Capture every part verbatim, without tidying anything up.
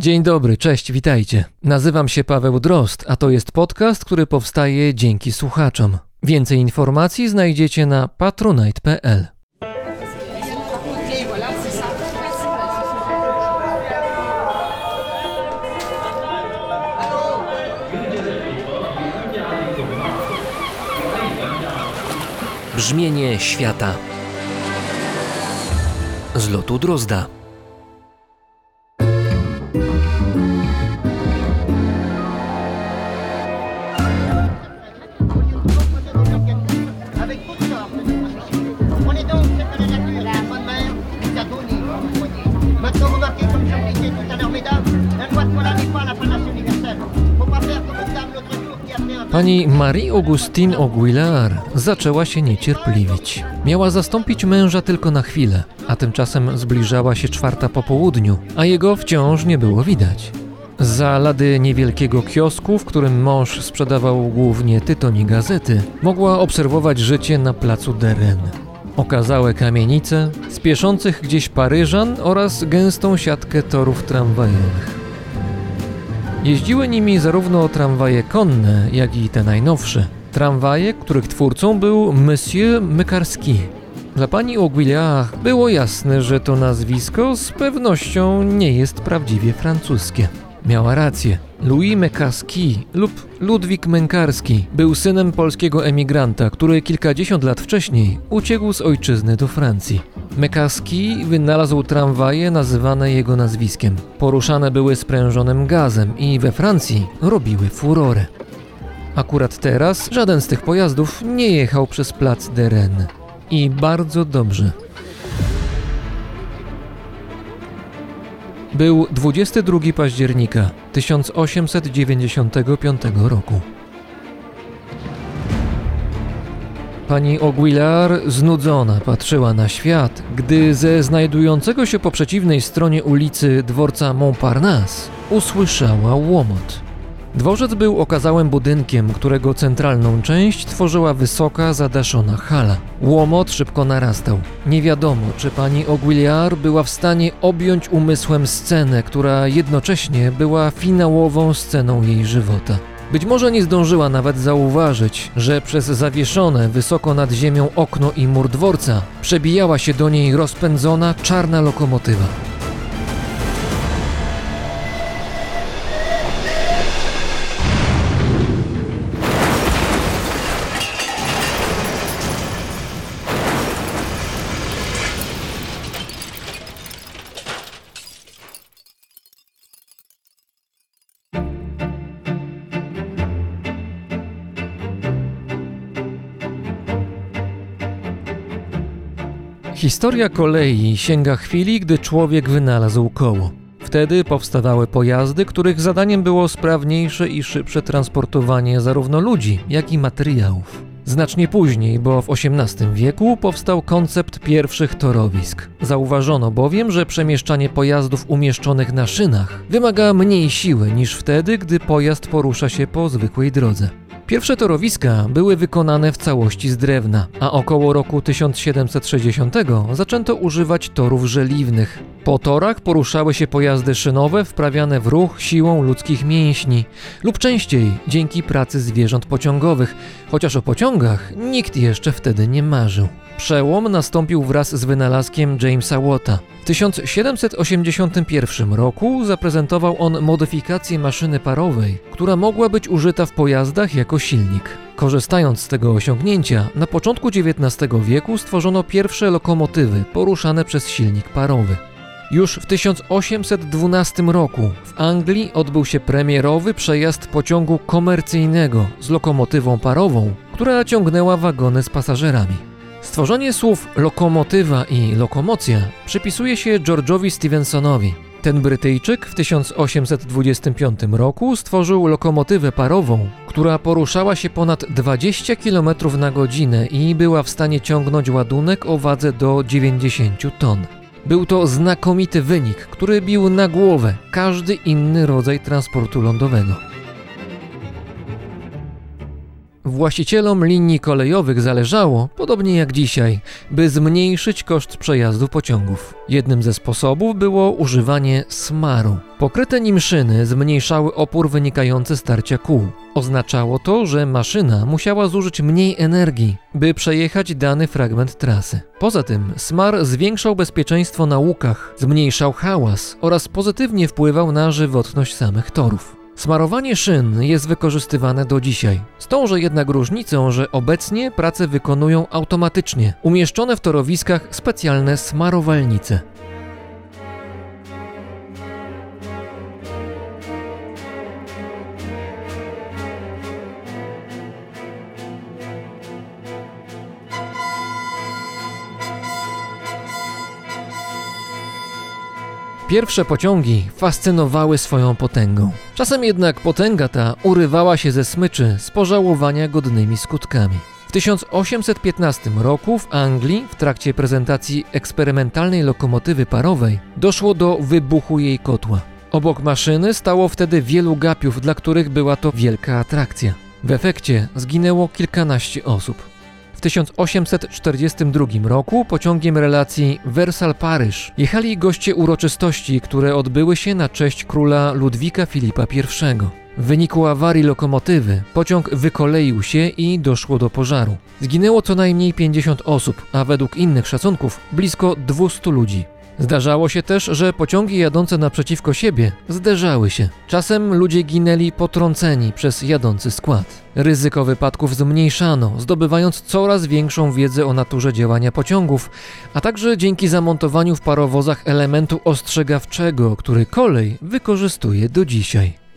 Dzień dobry, cześć, witajcie. Nazywam się Paweł Drozd, a to jest podcast, który powstaje dzięki słuchaczom. Więcej informacji znajdziecie na patronite kropka p l. Brzmienie świata z lotu Drozda. Pani Marie-Augustine Aguilar zaczęła się niecierpliwić. Miała zastąpić męża tylko na chwilę, a tymczasem zbliżała się czwarta po południu, a jego wciąż nie było widać. Za lady niewielkiego kiosku, w którym mąż sprzedawał głównie tytoń i gazety, mogła obserwować życie na placu de Rennes. Okazałe kamienice, spieszących gdzieś Paryżan oraz gęstą siatkę torów tramwajowych. Jeździły nimi zarówno tramwaje konne, jak i te najnowsze. Tramwaje, których twórcą był Monsieur Mekarski. Dla pani Aguilar było jasne, że to nazwisko z pewnością nie jest prawdziwie francuskie. Miała rację. Louis Mekarski lub Ludwik Mękarski był synem polskiego emigranta, który kilkadziesiąt lat wcześniej uciekł z ojczyzny do Francji. Mekarski wynalazł tramwaje nazywane jego nazwiskiem. Poruszane były sprężonym gazem i we Francji robiły furorę. Akurat teraz żaden z tych pojazdów nie jechał przez plac de Rennes. I bardzo dobrze. Był dwudziestego drugiego października tysiąc osiemset dziewięćdziesiątego piątego roku. Pani Aguilar znudzona patrzyła na świat, gdy ze znajdującego się po przeciwnej stronie ulicy dworca Montparnasse usłyszała łomot. Dworzec był okazałym budynkiem, którego centralną część tworzyła wysoka, zadaszona hala. Łomot szybko narastał. Nie wiadomo, czy pani Aguilar była w stanie objąć umysłem scenę, która jednocześnie była finałową sceną jej żywota. Być może nie zdążyła nawet zauważyć, że przez zawieszone wysoko nad ziemią okno i mur dworca przebijała się do niej rozpędzona czarna lokomotywa. Historia kolei sięga chwili, gdy człowiek wynalazł koło. Wtedy powstawały pojazdy, których zadaniem było sprawniejsze i szybsze transportowanie zarówno ludzi, jak i materiałów. Znacznie później, bo w osiemnastym wieku, powstał koncept pierwszych torowisk. Zauważono bowiem, że przemieszczanie pojazdów umieszczonych na szynach wymaga mniej siły niż wtedy, gdy pojazd porusza się po zwykłej drodze. Pierwsze torowiska były wykonane w całości z drewna, a około roku tysiąc siedemset sześćdziesiątego zaczęto używać torów żeliwnych. Po torach poruszały się pojazdy szynowe wprawiane w ruch siłą ludzkich mięśni lub częściej dzięki pracy zwierząt pociągowych, chociaż o pociągach nikt jeszcze wtedy nie marzył. Przełom nastąpił wraz z wynalazkiem Jamesa Watta. W tysiąc siedemset osiemdziesiątym pierwszym roku zaprezentował on modyfikację maszyny parowej, która mogła być użyta w pojazdach jako silnik. Korzystając z tego osiągnięcia, na początku dziewiętnastego wieku stworzono pierwsze lokomotywy poruszane przez silnik parowy. Już w tysiąc osiemset dwunastym roku w Anglii odbył się premierowy przejazd pociągu komercyjnego z lokomotywą parową, która ciągnęła wagony z pasażerami. Stworzenie słów lokomotywa i lokomocja przypisuje się George'owi Stevensonowi. Ten Brytyjczyk w tysiąc osiemset dwudziestym piątym roku stworzył lokomotywę parową, która poruszała się ponad dwadzieścia kilometrów na godzinę i była w stanie ciągnąć ładunek o wadze do dziewięćdziesięciu ton. Był to znakomity wynik, który bił na głowę każdy inny rodzaj transportu lądowego. Właścicielom linii kolejowych zależało, podobnie jak dzisiaj, by zmniejszyć koszt przejazdu pociągów. Jednym ze sposobów było używanie smaru. Pokryte nim szyny zmniejszały opór wynikający z tarcia kół. Oznaczało to, że maszyna musiała zużyć mniej energii, by przejechać dany fragment trasy. Poza tym smar zwiększał bezpieczeństwo na łukach, zmniejszał hałas oraz pozytywnie wpływał na żywotność samych torów. Smarowanie szyn jest wykorzystywane do dzisiaj. Z tąże jednak różnicą, że obecnie pracę wykonują automatycznie, umieszczone w torowiskach specjalne smarowalnice. Pierwsze pociągi fascynowały swoją potęgą. Czasem jednak potęga ta urywała się ze smyczy z pożałowania godnymi skutkami. W tysiąc osiemset piętnastym roku w Anglii w trakcie prezentacji eksperymentalnej lokomotywy parowej doszło do wybuchu jej kotła. Obok maszyny stało wtedy wielu gapiów, dla których była to wielka atrakcja. W efekcie zginęło kilkanaście osób. W tysiąc osiemset czterdziestym drugim roku pociągiem relacji Wersal-Paryż jechali goście uroczystości, które odbyły się na cześć króla Ludwika Filipa pierwszego. W wyniku awarii lokomotywy pociąg wykoleił się i doszło do pożaru. Zginęło co najmniej pięćdziesiąt osób, a według innych szacunków blisko dwieście ludzi. Zdarzało się też, że pociągi jadące naprzeciwko siebie zderzały się. Czasem ludzie ginęli potrąceni przez jadący skład. Ryzyko wypadków zmniejszano, zdobywając coraz większą wiedzę o naturze działania pociągów, a także dzięki zamontowaniu w parowozach elementu ostrzegawczego, który kolej wykorzystuje do dzisiaj.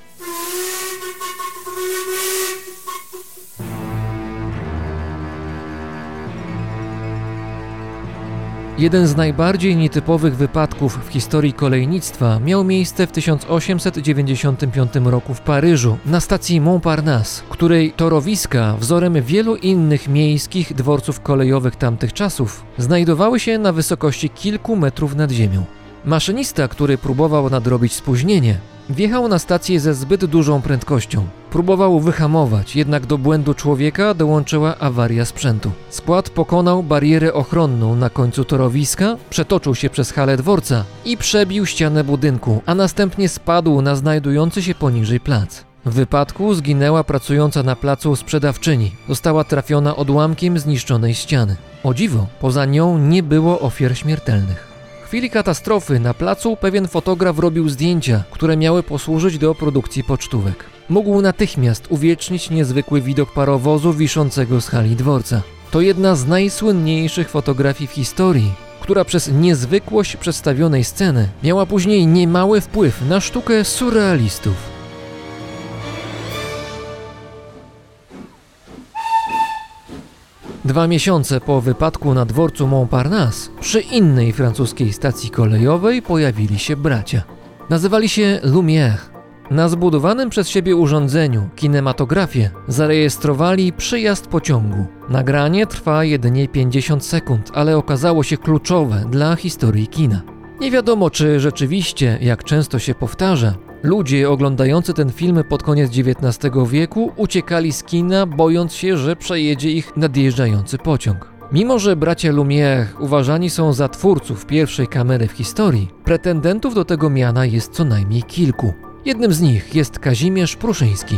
Jeden z najbardziej nietypowych wypadków w historii kolejnictwa miał miejsce w tysiąc osiemset dziewięćdziesiątym piątym roku w Paryżu na stacji Montparnasse, której torowiska, wzorem wielu innych miejskich dworców kolejowych tamtych czasów, znajdowały się na wysokości kilku metrów nad ziemią. Maszynista, który próbował nadrobić spóźnienie, wjechał na stację ze zbyt dużą prędkością. Próbował wyhamować, jednak do błędu człowieka dołączyła awaria sprzętu. Skład pokonał barierę ochronną na końcu torowiska, przetoczył się przez halę dworca i przebił ścianę budynku, a następnie spadł na znajdujący się poniżej plac. W wypadku zginęła pracująca na placu sprzedawczyni. Została trafiona odłamkiem zniszczonej ściany. O dziwo, poza nią nie było ofiar śmiertelnych. W chwili katastrofy na placu pewien fotograf robił zdjęcia, które miały posłużyć do produkcji pocztówek. Mógł natychmiast uwiecznić niezwykły widok parowozu wiszącego z hali dworca. To jedna z najsłynniejszych fotografii w historii, która przez niezwykłość przedstawionej sceny miała później niemały wpływ na sztukę surrealistów. Dwa miesiące po wypadku na dworcu Montparnasse przy innej francuskiej stacji kolejowej pojawili się bracia. Nazywali się Lumière. Na zbudowanym przez siebie urządzeniu kinematografie zarejestrowali przyjazd pociągu. Nagranie trwa jedynie pięćdziesiąt sekund, ale okazało się kluczowe dla historii kina. Nie wiadomo, czy rzeczywiście, jak często się powtarza, ludzie oglądający ten film pod koniec dziewiętnastego wieku uciekali z kina, bojąc się, że przejedzie ich nadjeżdżający pociąg. Mimo że bracia Lumière uważani są za twórców pierwszej kamery w historii, pretendentów do tego miana jest co najmniej kilku. Jednym z nich jest Kazimierz Pruszyński.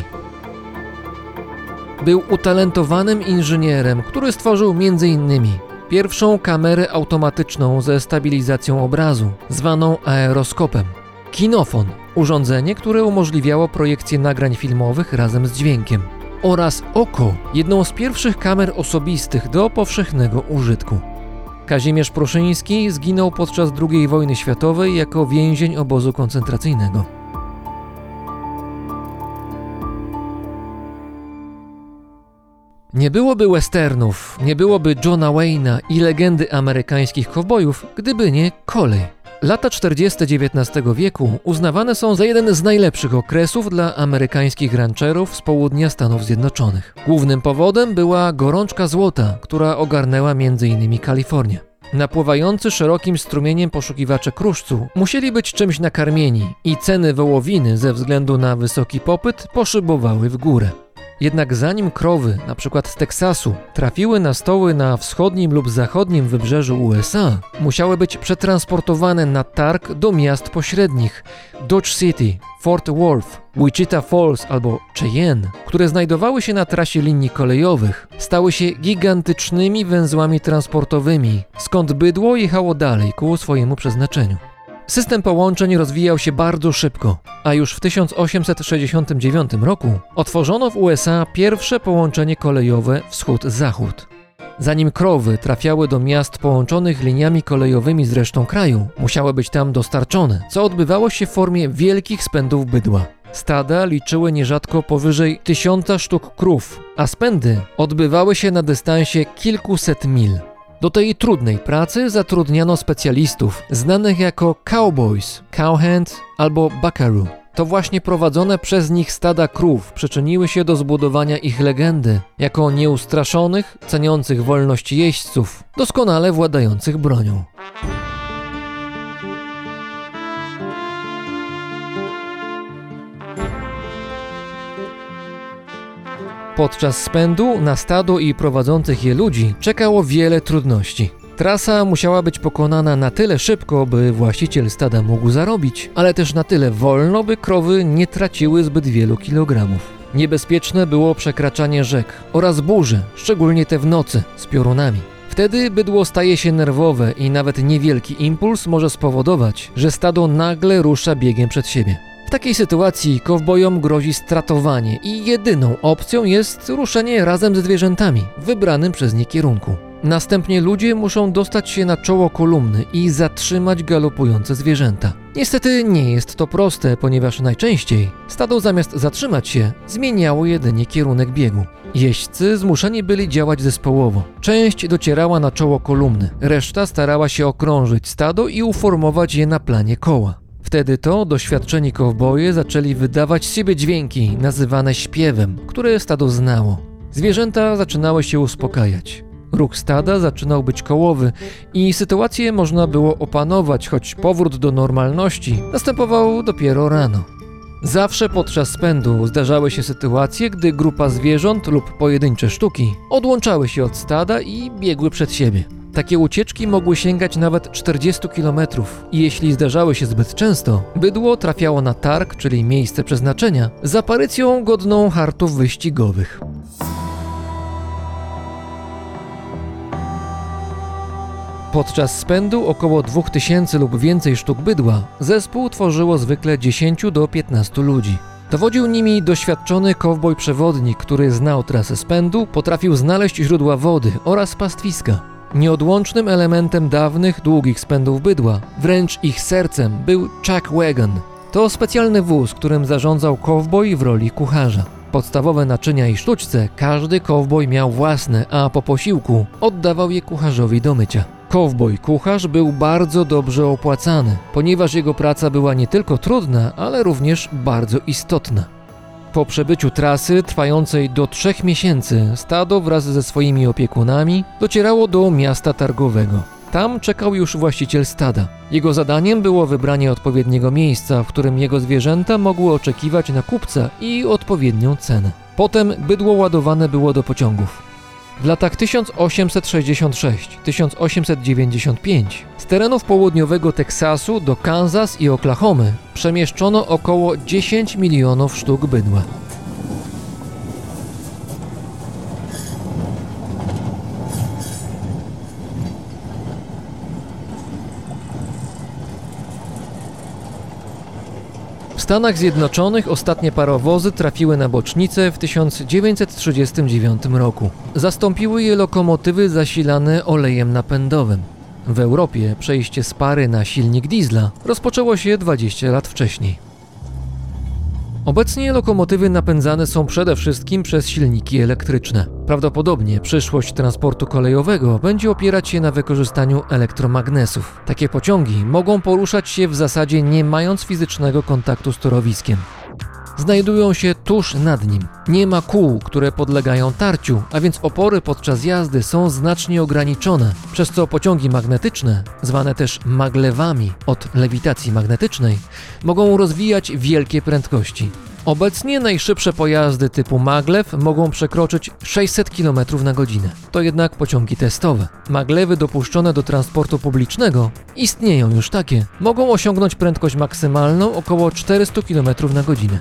Był utalentowanym inżynierem, który stworzył między innymi pierwszą kamerę automatyczną ze stabilizacją obrazu, zwaną aeroskopem. Kinofon, urządzenie, które umożliwiało projekcję nagrań filmowych razem z dźwiękiem. Oraz oko, jedną z pierwszych kamer osobistych do powszechnego użytku. Kazimierz Pruszyński zginął podczas drugiej wojny światowej jako więzień obozu koncentracyjnego. Nie byłoby westernów, nie byłoby Johna Wayne'a i legendy amerykańskich kowbojów, gdyby nie kolej. Lata czterdzieste dziewiętnastego wieku uznawane są za jeden z najlepszych okresów dla amerykańskich rancherów z południa Stanów Zjednoczonych. Głównym powodem była gorączka złota, która ogarnęła między innymi Kalifornię. Napływający szerokim strumieniem poszukiwacze kruszcu musieli być czymś nakarmieni i ceny wołowiny ze względu na wysoki popyt poszybowały w górę. Jednak zanim krowy, na przykład z Teksasu, trafiły na stoły na wschodnim lub zachodnim wybrzeżu U S A, musiały być przetransportowane na targ do miast pośrednich Dodge City, Fort Worth, Wichita Falls albo Cheyenne, które znajdowały się na trasie linii kolejowych. Stały się gigantycznymi węzłami transportowymi, skąd bydło jechało dalej ku swojemu przeznaczeniu. System połączeń rozwijał się bardzo szybko, a już w tysiąc osiemset sześćdziesiątym dziewiątym roku otworzono w U S A pierwsze połączenie kolejowe wschód-zachód. Zanim krowy trafiały do miast połączonych liniami kolejowymi z resztą kraju, musiały być tam dostarczone, co odbywało się w formie wielkich spędów bydła. Stada liczyły nierzadko powyżej tysiąca sztuk krów, a spędy odbywały się na dystansie kilkuset mil. Do tej trudnej pracy zatrudniano specjalistów znanych jako cowboys, cowhand albo buckaroo. To właśnie prowadzone przez nich stada krów przyczyniły się do zbudowania ich legendy jako nieustraszonych, ceniących wolność jeźdźców, doskonale władających bronią. Podczas spędu na stado i prowadzących je ludzi czekało wiele trudności. Trasa musiała być pokonana na tyle szybko, by właściciel stada mógł zarobić, ale też na tyle wolno, by krowy nie traciły zbyt wielu kilogramów. Niebezpieczne było przekraczanie rzek oraz burze, szczególnie te w nocy, z piorunami. Wtedy bydło staje się nerwowe i nawet niewielki impuls może spowodować, że stado nagle rusza biegiem przed siebie. W takiej sytuacji kowbojom grozi stratowanie i jedyną opcją jest ruszenie razem ze zwierzętami w wybranym przez nie kierunku. Następnie ludzie muszą dostać się na czoło kolumny i zatrzymać galopujące zwierzęta. Niestety nie jest to proste, ponieważ najczęściej stado zamiast zatrzymać się, zmieniało jedynie kierunek biegu. Jeźdźcy zmuszeni byli działać zespołowo. Część docierała na czoło kolumny, reszta starała się okrążyć stado i uformować je na planie koła. Wtedy to doświadczeni kowboje zaczęli wydawać z siebie dźwięki nazywane śpiewem, które stado znało. Zwierzęta zaczynały się uspokajać. Ruch stada zaczynał być kołowy i sytuację można było opanować, choć powrót do normalności następował dopiero rano. Zawsze podczas spędu zdarzały się sytuacje, gdy grupa zwierząt lub pojedyncze sztuki odłączały się od stada i biegły przed siebie. Takie ucieczki mogły sięgać nawet czterdziestu kilometrów i jeśli zdarzały się zbyt często, bydło trafiało na targ, czyli miejsce przeznaczenia, z aparycją godną hartów wyścigowych. Podczas spędu około dwóch tysięcy lub więcej sztuk bydła zespół tworzyło zwykle dziesięciu do piętnastu ludzi. Dowodził nimi doświadczony kowboj przewodnik, który znał trasę spędu, potrafił znaleźć źródła wody oraz pastwiska. Nieodłącznym elementem dawnych, długich spędów bydła, wręcz ich sercem, był chuck wagon. To specjalny wóz, którym zarządzał kowboj w roli kucharza. Podstawowe naczynia i sztućce każdy kowboj miał własne, a po posiłku oddawał je kucharzowi do mycia. Kowboj-kucharz był bardzo dobrze opłacany, ponieważ jego praca była nie tylko trudna, ale również bardzo istotna. Po przebyciu trasy trwającej do trzech miesięcy stado wraz ze swoimi opiekunami docierało do miasta targowego. Tam czekał już właściciel stada. Jego zadaniem było wybranie odpowiedniego miejsca, w którym jego zwierzęta mogły oczekiwać na kupca i odpowiednią cenę. Potem bydło ładowane było do pociągów. W latach tysiąc osiemset sześćdziesiąt sześć do tysiąc osiemset dziewięćdziesiąt pięć z terenów południowego Teksasu do Kansas i Oklahomy przemieszczono około dziesięć milionów sztuk bydła. W Stanach Zjednoczonych ostatnie parowozy trafiły na bocznicę w tysiąc dziewięćset trzydziestym dziewiątym roku. Zastąpiły je lokomotywy zasilane olejem napędowym. W Europie przejście z pary na silnik diesla rozpoczęło się dwadzieścia lat wcześniej. Obecnie lokomotywy napędzane są przede wszystkim przez silniki elektryczne. Prawdopodobnie przyszłość transportu kolejowego będzie opierać się na wykorzystaniu elektromagnesów. Takie pociągi mogą poruszać się w zasadzie nie mając fizycznego kontaktu z torowiskiem. Znajdują się tuż nad nim. Nie ma kół, które podlegają tarciu, a więc opory podczas jazdy są znacznie ograniczone, przez co pociągi magnetyczne, zwane też maglewami od lewitacji magnetycznej, mogą rozwijać wielkie prędkości. Obecnie najszybsze pojazdy typu maglev mogą przekroczyć sześćset kilometrów na godzinę. To jednak pociągi testowe. Maglewy dopuszczone do transportu publicznego, istnieją już takie, mogą osiągnąć prędkość maksymalną około czterysta kilometrów na godzinę.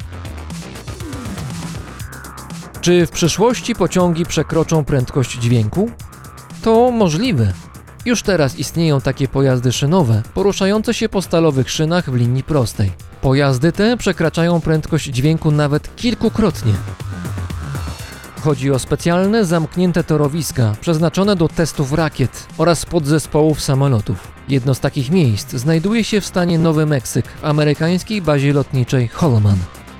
Czy w przyszłości pociągi przekroczą prędkość dźwięku? To możliwe. Już teraz istnieją takie pojazdy szynowe, poruszające się po stalowych szynach w linii prostej. Pojazdy te przekraczają prędkość dźwięku nawet kilkukrotnie. Chodzi o specjalne, zamknięte torowiska przeznaczone do testów rakiet oraz podzespołów samolotów. Jedno z takich miejsc znajduje się w stanie Nowy Meksyk w amerykańskiej bazie lotniczej Holloman.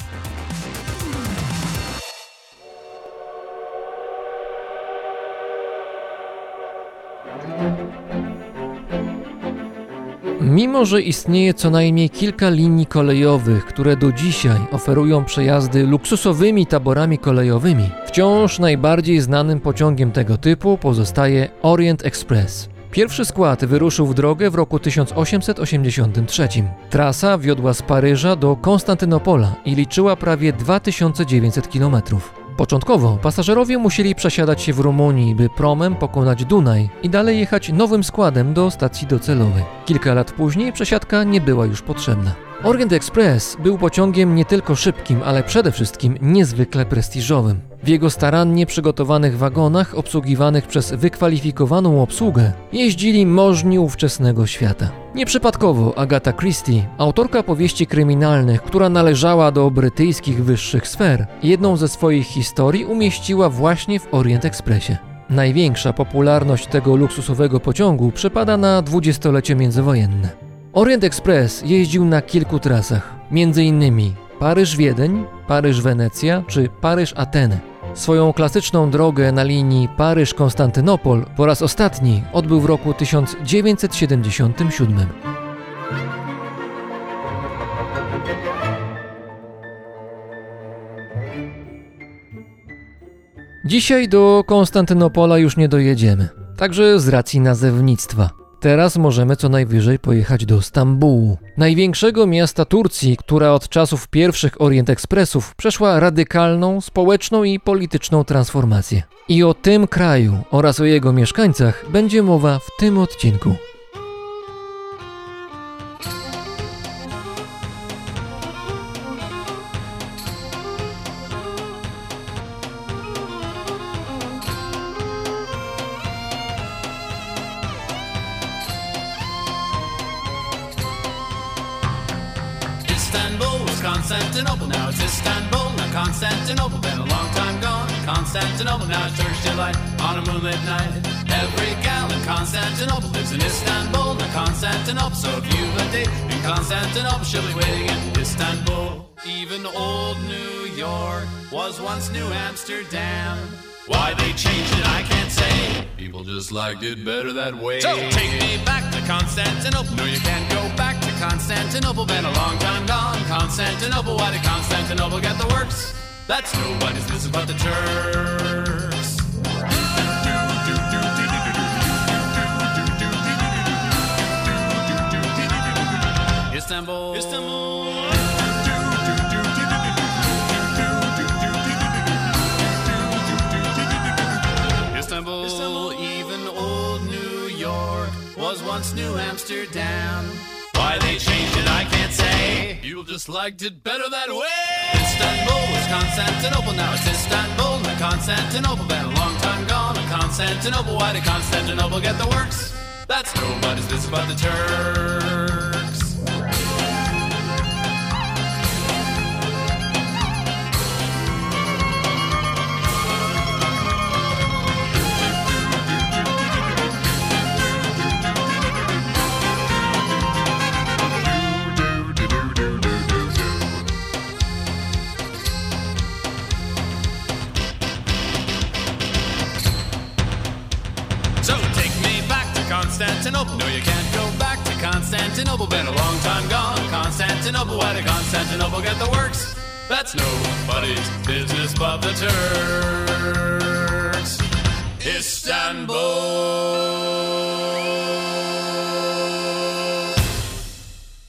Mimo że istnieje co najmniej kilka linii kolejowych, które do dzisiaj oferują przejazdy luksusowymi taborami kolejowymi, wciąż najbardziej znanym pociągiem tego typu pozostaje Orient Express. Pierwszy skład wyruszył w drogę w roku tysiąc osiemset osiemdziesiątym trzecim. Trasa wiodła z Paryża do Konstantynopola i liczyła prawie dwa tysiące dziewięćset kilometrów. Początkowo pasażerowie musieli przesiadać się w Rumunii, by promem pokonać Dunaj i dalej jechać nowym składem do stacji docelowej. Kilka lat później przesiadka nie była już potrzebna. Orient Express był pociągiem nie tylko szybkim, ale przede wszystkim niezwykle prestiżowym. W jego starannie przygotowanych wagonach, obsługiwanych przez wykwalifikowaną obsługę, jeździli możni ówczesnego świata. Nieprzypadkowo Agatha Christie, autorka powieści kryminalnych, która należała do brytyjskich wyższych sfer, jedną ze swoich historii umieściła właśnie w Orient Expressie. Największa popularność tego luksusowego pociągu przypada na dwudziestolecie międzywojenne. Orient Express jeździł na kilku trasach, między innymi Paryż-Wiedeń, Paryż-Wenecja czy Paryż-Ateny. Swoją klasyczną drogę na linii Paryż-Konstantynopol po raz ostatni odbył w roku tysiąc dziewięćset siedemdziesiątym siódmym. Dzisiaj do Konstantynopola już nie dojedziemy, także z racji nazewnictwa. Teraz możemy co najwyżej pojechać do Stambułu, największego miasta Turcji, która od czasów pierwszych Orient Expressów przeszła radykalną społeczną i polityczną transformację. I o tym kraju oraz o jego mieszkańcach będzie mowa w tym odcinku. Constantinople, now it's Istanbul, now Constantinople, been a long time gone. Constantinople, now it's Turkish delight on a moonlit night. Every gal in Constantinople lives in Istanbul, now Constantinople. So if you've a date in Constantinople, she'll be waiting in Istanbul. Even old New York was once New Amsterdam. Why they changed it, I can't say. People just liked it better that way. So take me back to Constantinople. No, you can't go back to Constantinople. Been a long time gone. Constantinople, why did Constantinople get the works? That's nobody's business but the Turks. Istanbul, Istanbul. Istanbul, Istanbul, even old New York was once New Amsterdam. Why they changed it, I can't say. People just liked it better that way. Istanbul was Constantinople, now it's Istanbul. Now Constantinople, been a long time gone. Constantinople, why did Constantinople get the works? That's nobody's business but the Turks. Constantinople, no you can't go back to Constantinople, been a long time gone. Constantinople, why did Constantinople get the works? That's nobody's business but the Turks. Istanbul.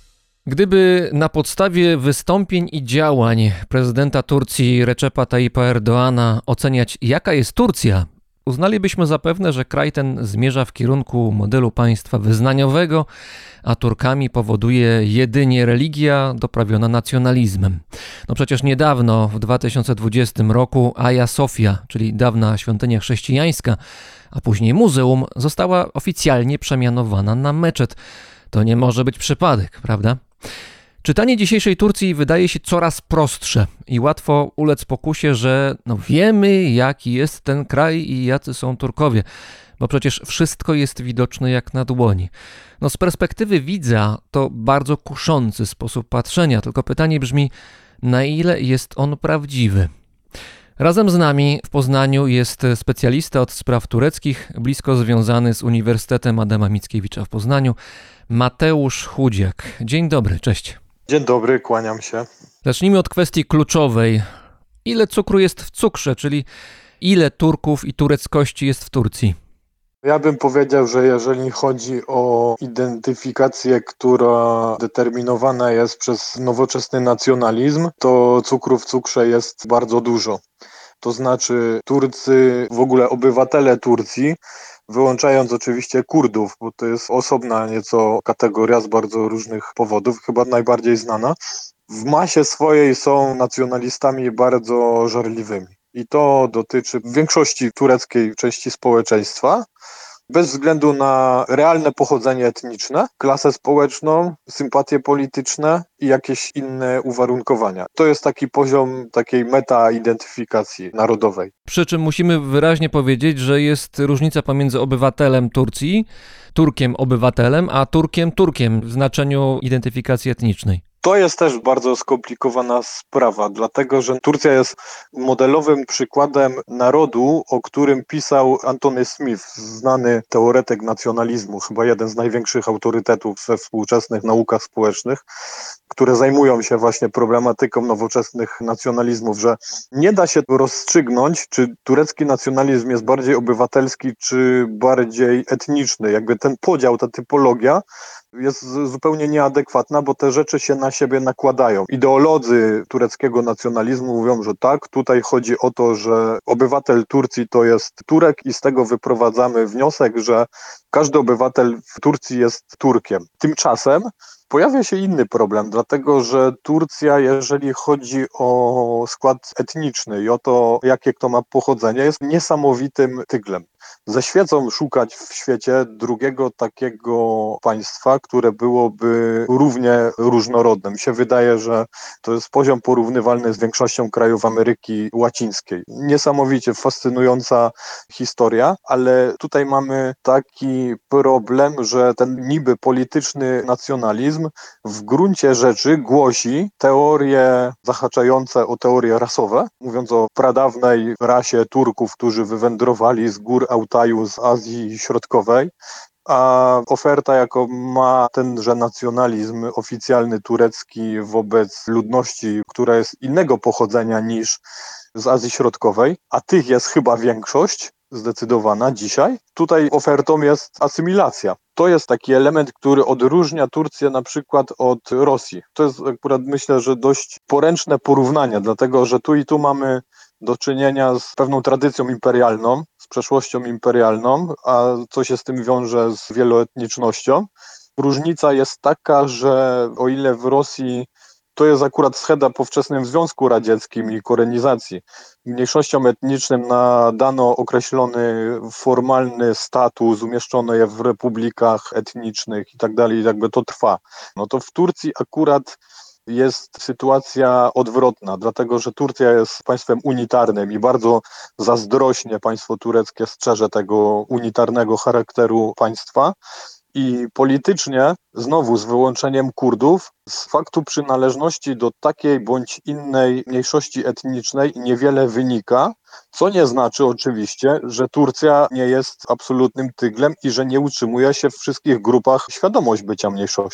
Gdyby na podstawie wystąpień i działań prezydenta Turcji Recepa Tayyipa Erdoğana oceniać, jaka jest Turcja, uznalibyśmy zapewne, że kraj ten zmierza w kierunku modelu państwa wyznaniowego, a Turkami powoduje jedynie religia doprawiona nacjonalizmem. No przecież niedawno, w dwa tysiące dwudziestym roku, Hagia Sofia, czyli dawna świątynia chrześcijańska, a później muzeum, została oficjalnie przemianowana na meczet. To nie może być przypadek, prawda? Czytanie dzisiejszej Turcji wydaje się coraz prostsze i łatwo ulec pokusie, że no wiemy, jaki jest ten kraj i jacy są Turkowie, bo przecież wszystko jest widoczne jak na dłoni. No z perspektywy widza to bardzo kuszący sposób patrzenia, tylko pytanie brzmi, na ile jest on prawdziwy? Razem z nami w Poznaniu jest specjalista od spraw tureckich, blisko związany z Uniwersytetem Adama Mickiewicza w Poznaniu, Mateusz Chudziak. Dzień dobry, cześć. Dzień dobry, kłaniam się. Zacznijmy od kwestii kluczowej. Ile cukru jest w cukrze, czyli ile Turków i tureckości jest w Turcji? Ja bym powiedział, że jeżeli chodzi o identyfikację, która determinowana jest przez nowoczesny nacjonalizm, to cukru w cukrze jest bardzo dużo. To znaczy Turcy, w ogóle obywatele Turcji, wyłączając oczywiście Kurdów, bo to jest osobna nieco kategoria z bardzo różnych powodów, chyba najbardziej znana, w masie swojej są nacjonalistami bardzo żarliwymi. I to dotyczy większości tureckiej części społeczeństwa, bez względu na realne pochodzenie etniczne, klasę społeczną, sympatie polityczne i jakieś inne uwarunkowania. To jest taki poziom takiej meta-identyfikacji narodowej. Przy czym musimy wyraźnie powiedzieć, że jest różnica pomiędzy obywatelem Turcji, Turkiem obywatelem, a Turkiem Turkiem w znaczeniu identyfikacji etnicznej. To jest też bardzo skomplikowana sprawa, dlatego że Turcja jest modelowym przykładem narodu, o którym pisał Anthony Smith, znany teoretyk nacjonalizmu, chyba jeden z największych autorytetów we współczesnych naukach społecznych, które zajmują się właśnie problematyką nowoczesnych nacjonalizmów, że nie da się rozstrzygnąć, czy turecki nacjonalizm jest bardziej obywatelski, czy bardziej etniczny. Jakby ten podział, ta typologia jest zupełnie nieadekwatna, bo te rzeczy się na siebie nakładają. Ideolodzy tureckiego nacjonalizmu mówią, że tak, tutaj chodzi o to, że obywatel Turcji to jest Turek i z tego wyprowadzamy wniosek, że każdy obywatel w Turcji jest Turkiem. Tymczasem pojawia się inny problem, dlatego że Turcja, jeżeli chodzi o skład etniczny i o to, jakie kto ma pochodzenie, jest niesamowitym tyglem. Ze świecą szukać w świecie drugiego takiego państwa, które byłoby równie różnorodne. Mi się wydaje, że to jest poziom porównywalny z większością krajów Ameryki Łacińskiej. Niesamowicie fascynująca historia, ale tutaj mamy taki problem, że ten niby polityczny nacjonalizm w gruncie rzeczy głosi teorie zahaczające o teorie rasowe, mówiąc o pradawnej rasie Turków, którzy wywędrowali z gór Altaju z Azji Środkowej, a oferta, jaką ma tenże nacjonalizm oficjalny turecki wobec ludności, która jest innego pochodzenia niż z Azji Środkowej, a tych jest chyba większość, zdecydowana dzisiaj. Tutaj ofertą jest asymilacja. To jest taki element, który odróżnia Turcję na przykład od Rosji. To jest akurat, myślę, że dość poręczne porównanie, dlatego że tu i tu mamy do czynienia z pewną tradycją imperialną, z przeszłością imperialną, a co się z tym wiąże z wieloetnicznością. Różnica jest taka, że o ile w Rosji to jest akurat scheda po wczesnym Związku Radzieckim i korenizacji. Mniejszościom etnicznym nadano określony formalny status, umieszczono je w republikach etnicznych i tak dalej, jakby to trwa. No to w Turcji akurat jest sytuacja odwrotna, dlatego że Turcja jest państwem unitarnym i bardzo zazdrośnie państwo tureckie strzeże tego unitarnego charakteru państwa. I politycznie, znowu z wyłączeniem Kurdów, z faktu przynależności do takiej bądź innej mniejszości etnicznej niewiele wynika, co nie znaczy oczywiście, że Turcja nie jest absolutnym tyglem i że nie utrzymuje się w wszystkich grupach świadomość bycia mniejszością.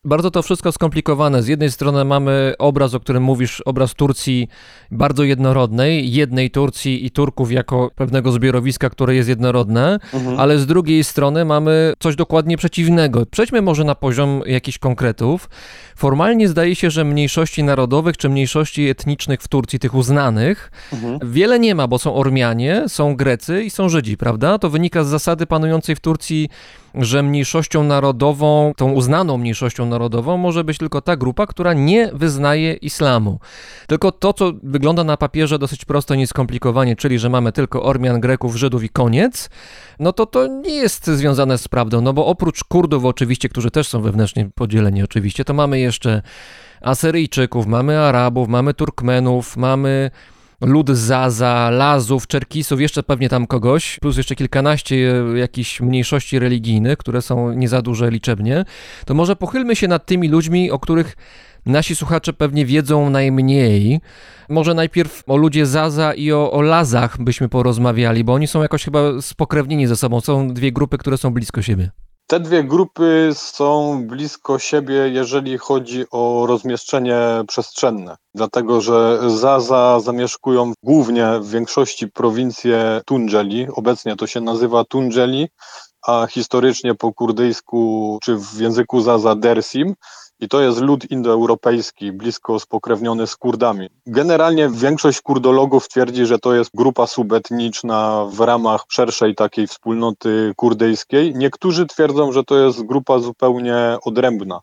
Bardzo to wszystko skomplikowane. Z jednej strony mamy obraz, o którym mówisz, obraz Turcji bardzo jednorodnej, jednej Turcji i Turków jako pewnego zbiorowiska, które jest jednorodne, Mhm. ale z drugiej strony mamy coś dokładnie przeciwnego. Przejdźmy może na poziom jakichś konkretów. Formalnie zdaje się, że mniejszości narodowych czy mniejszości etnicznych w Turcji, tych uznanych, Mhm. wiele nie ma, bo są Ormianie, są Grecy i są Żydzi, prawda? To wynika z zasady panującej w Turcji, że mniejszością narodową, tą uznaną mniejszością narodową może być tylko ta grupa, która nie wyznaje islamu. Tylko to, co wygląda na papierze dosyć prosto i nieskomplikowanie, czyli że mamy tylko Ormian, Greków, Żydów i koniec, no to to nie jest związane z prawdą, no bo oprócz Kurdów oczywiście, którzy też są wewnętrznie podzieleni oczywiście, to mamy jeszcze Asyryjczyków, mamy Arabów, mamy Turkmenów, mamy lud Zaza, Lazów, Czerkisów, jeszcze pewnie tam kogoś, plus jeszcze kilkanaście jakichś mniejszości religijnych, które są nie za duże liczebnie, to może pochylmy się nad tymi ludźmi, o których nasi słuchacze pewnie wiedzą najmniej. Może najpierw o ludzie Zaza i o, o Lazach byśmy porozmawiali, bo oni są jakoś chyba spokrewnieni ze sobą, są dwie grupy, które są blisko siebie. Te dwie grupy są blisko siebie, jeżeli chodzi o rozmieszczenie przestrzenne, dlatego że Zaza zamieszkują głównie w większości prowincję Tunceli, obecnie to się nazywa Tunceli, a historycznie po kurdyjsku czy w języku Zaza Dersim. I to jest lud indoeuropejski, blisko spokrewniony z Kurdami. Generalnie większość kurdologów twierdzi, że to jest grupa subetniczna w ramach szerszej takiej wspólnoty kurdyjskiej. Niektórzy twierdzą, że to jest grupa zupełnie odrębna.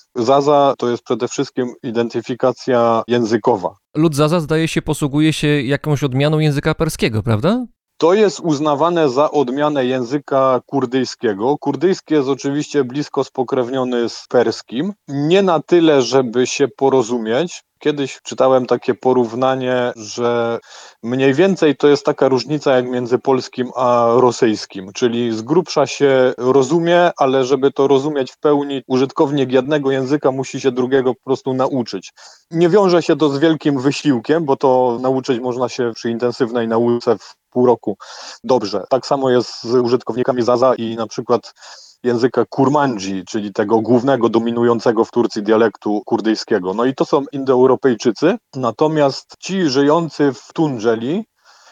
Zaza to jest przede wszystkim identyfikacja językowa. Lud Zaza zdaje się posługuje się jakąś odmianą języka perskiego, prawda? To jest uznawane za odmianę języka kurdyjskiego. Kurdyjski jest oczywiście blisko spokrewniony z perskim. Nie na tyle, żeby się porozumieć. Kiedyś czytałem takie porównanie, że mniej więcej to jest taka różnica jak między polskim a rosyjskim, czyli z grubsza się rozumie, ale żeby to rozumieć w pełni, użytkownik jednego języka musi się drugiego po prostu nauczyć. Nie wiąże się to z wielkim wysiłkiem, bo to nauczyć można się przy intensywnej nauce w pół roku dobrze. Tak samo jest z użytkownikami Zaza i na przykład języka kurmandzi, czyli tego głównego, dominującego w Turcji dialektu kurdyjskiego. No i to są Indoeuropejczycy, natomiast ci żyjący w Tunceli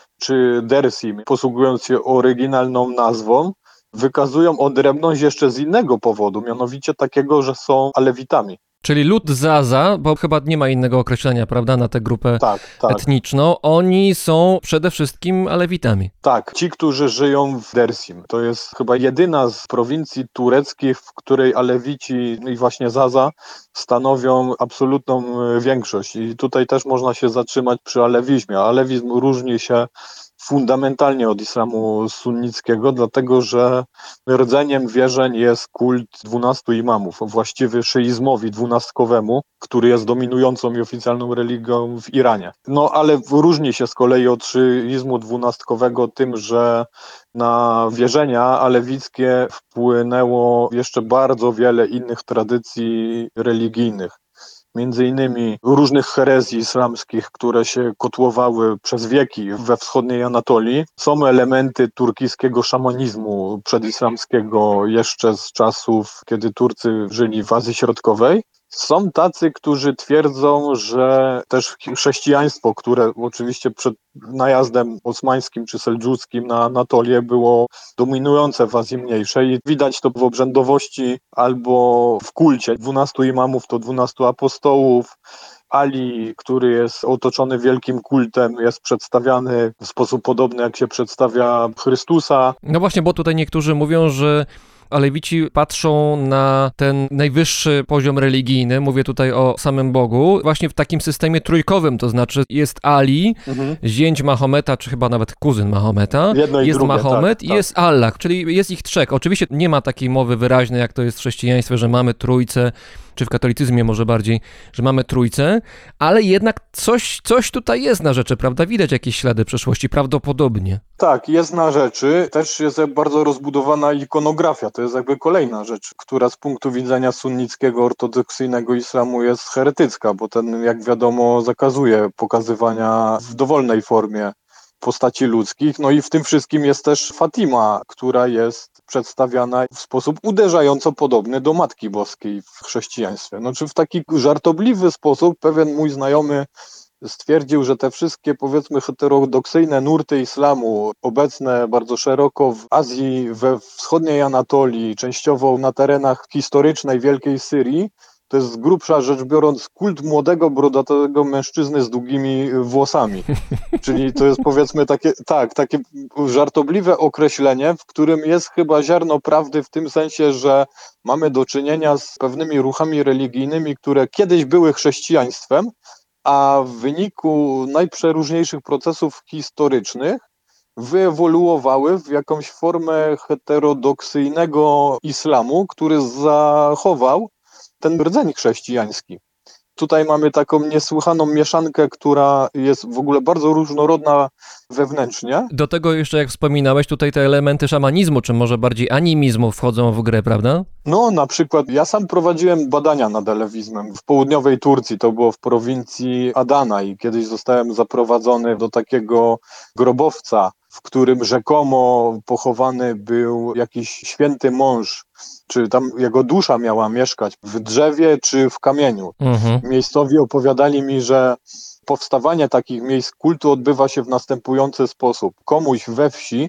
czy Dersim, posługując się oryginalną nazwą, wykazują odrębność jeszcze z innego powodu, mianowicie takiego, że są Alewitami. Czyli lud Zaza, bo chyba nie ma innego określenia, prawda, na tę grupę Tak, tak. etniczną, oni są przede wszystkim Alewitami. Tak, ci, którzy żyją w Dersim. To jest chyba jedyna z prowincji tureckich, w której Alewici i właśnie Zaza stanowią absolutną większość. I tutaj też można się zatrzymać przy alewizmie. Alewizm różni się fundamentalnie od islamu sunnickiego, dlatego że rdzeniem wierzeń jest kult dwunastu imamów, właściwy szyizmowi dwunastkowemu, który jest dominującą i oficjalną religią w Iranie. No ale różni się z kolei od szyizmu dwunastkowego tym, że na wierzenia alewickie wpłynęło jeszcze bardzo wiele innych tradycji religijnych. Między innymi różnych herezji islamskich, które się kotłowały przez wieki we wschodniej Anatolii. Są elementy turkijskiego szamanizmu przedislamskiego jeszcze z czasów, kiedy Turcy żyli w Azji Środkowej. Są tacy, którzy twierdzą, że też chrześcijaństwo, które oczywiście przed najazdem osmańskim czy seldżuckim na Anatolię było dominujące w Azji Mniejszej. Widać to w obrzędowości albo w kulcie. Dwunastu imamów to dwunastu apostołów. Ali, który jest otoczony wielkim kultem, jest przedstawiany w sposób podobny, jak się przedstawia Chrystusa. No właśnie, bo tutaj niektórzy mówią, że Alewici patrzą na ten najwyższy poziom religijny, mówię tutaj o samym Bogu, właśnie w takim systemie trójkowym, to znaczy jest Ali, Mhm. zięć Mahometa, czy chyba nawet kuzyn Mahometa, Jedno i jest drugie, Mahomet tak, i tak. jest Allah, czyli jest ich trzech. Oczywiście nie ma takiej mowy wyraźnej, jak to jest w chrześcijaństwie, że mamy trójcę, czy w katolicyzmie może bardziej, że mamy trójcę, ale jednak coś, coś tutaj jest na rzeczy, prawda? Widać jakieś ślady przeszłości, prawdopodobnie. Tak, jest na rzeczy. Też jest bardzo rozbudowana ikonografia. To jest jakby kolejna rzecz, która z punktu widzenia sunnickiego, ortodoksyjnego islamu jest heretycka, bo ten, jak wiadomo, zakazuje pokazywania w dowolnej formie postaci ludzkich. No i w tym wszystkim jest też Fatima, która jest przedstawiana w sposób uderzająco podobny do Matki Boskiej w chrześcijaństwie. Znaczy w taki żartobliwy sposób pewien mój znajomy stwierdził, że te wszystkie, powiedzmy, heterodoksyjne nurty islamu, obecne bardzo szeroko w Azji, we wschodniej Anatolii, częściowo na terenach historycznej Wielkiej Syrii, to jest z grubsza rzecz biorąc kult młodego, brodatego mężczyzny z długimi włosami. Czyli to jest, powiedzmy, takie, tak, takie żartobliwe określenie, w którym jest chyba ziarno prawdy w tym sensie, że mamy do czynienia z pewnymi ruchami religijnymi, które kiedyś były chrześcijaństwem, a w wyniku najprzeróżniejszych procesów historycznych wyewoluowały w jakąś formę heterodoksyjnego islamu, który zachował ten rdzeń chrześcijański. Tutaj mamy taką niesłychaną mieszankę, która jest w ogóle bardzo różnorodna wewnętrznie. Do tego jeszcze, jak wspominałeś, tutaj te elementy szamanizmu, czy może bardziej animizmu wchodzą w grę, prawda? No, na przykład ja sam prowadziłem badania nad elewizmem w południowej Turcji, to było w prowincji Adana i kiedyś zostałem zaprowadzony do takiego grobowca, w którym rzekomo pochowany był jakiś święty mąż, czy tam jego dusza miała mieszkać w drzewie czy w kamieniu. Mhm. Miejscowi opowiadali mi, że powstawanie takich miejsc kultu odbywa się w następujący sposób. Komuś we wsi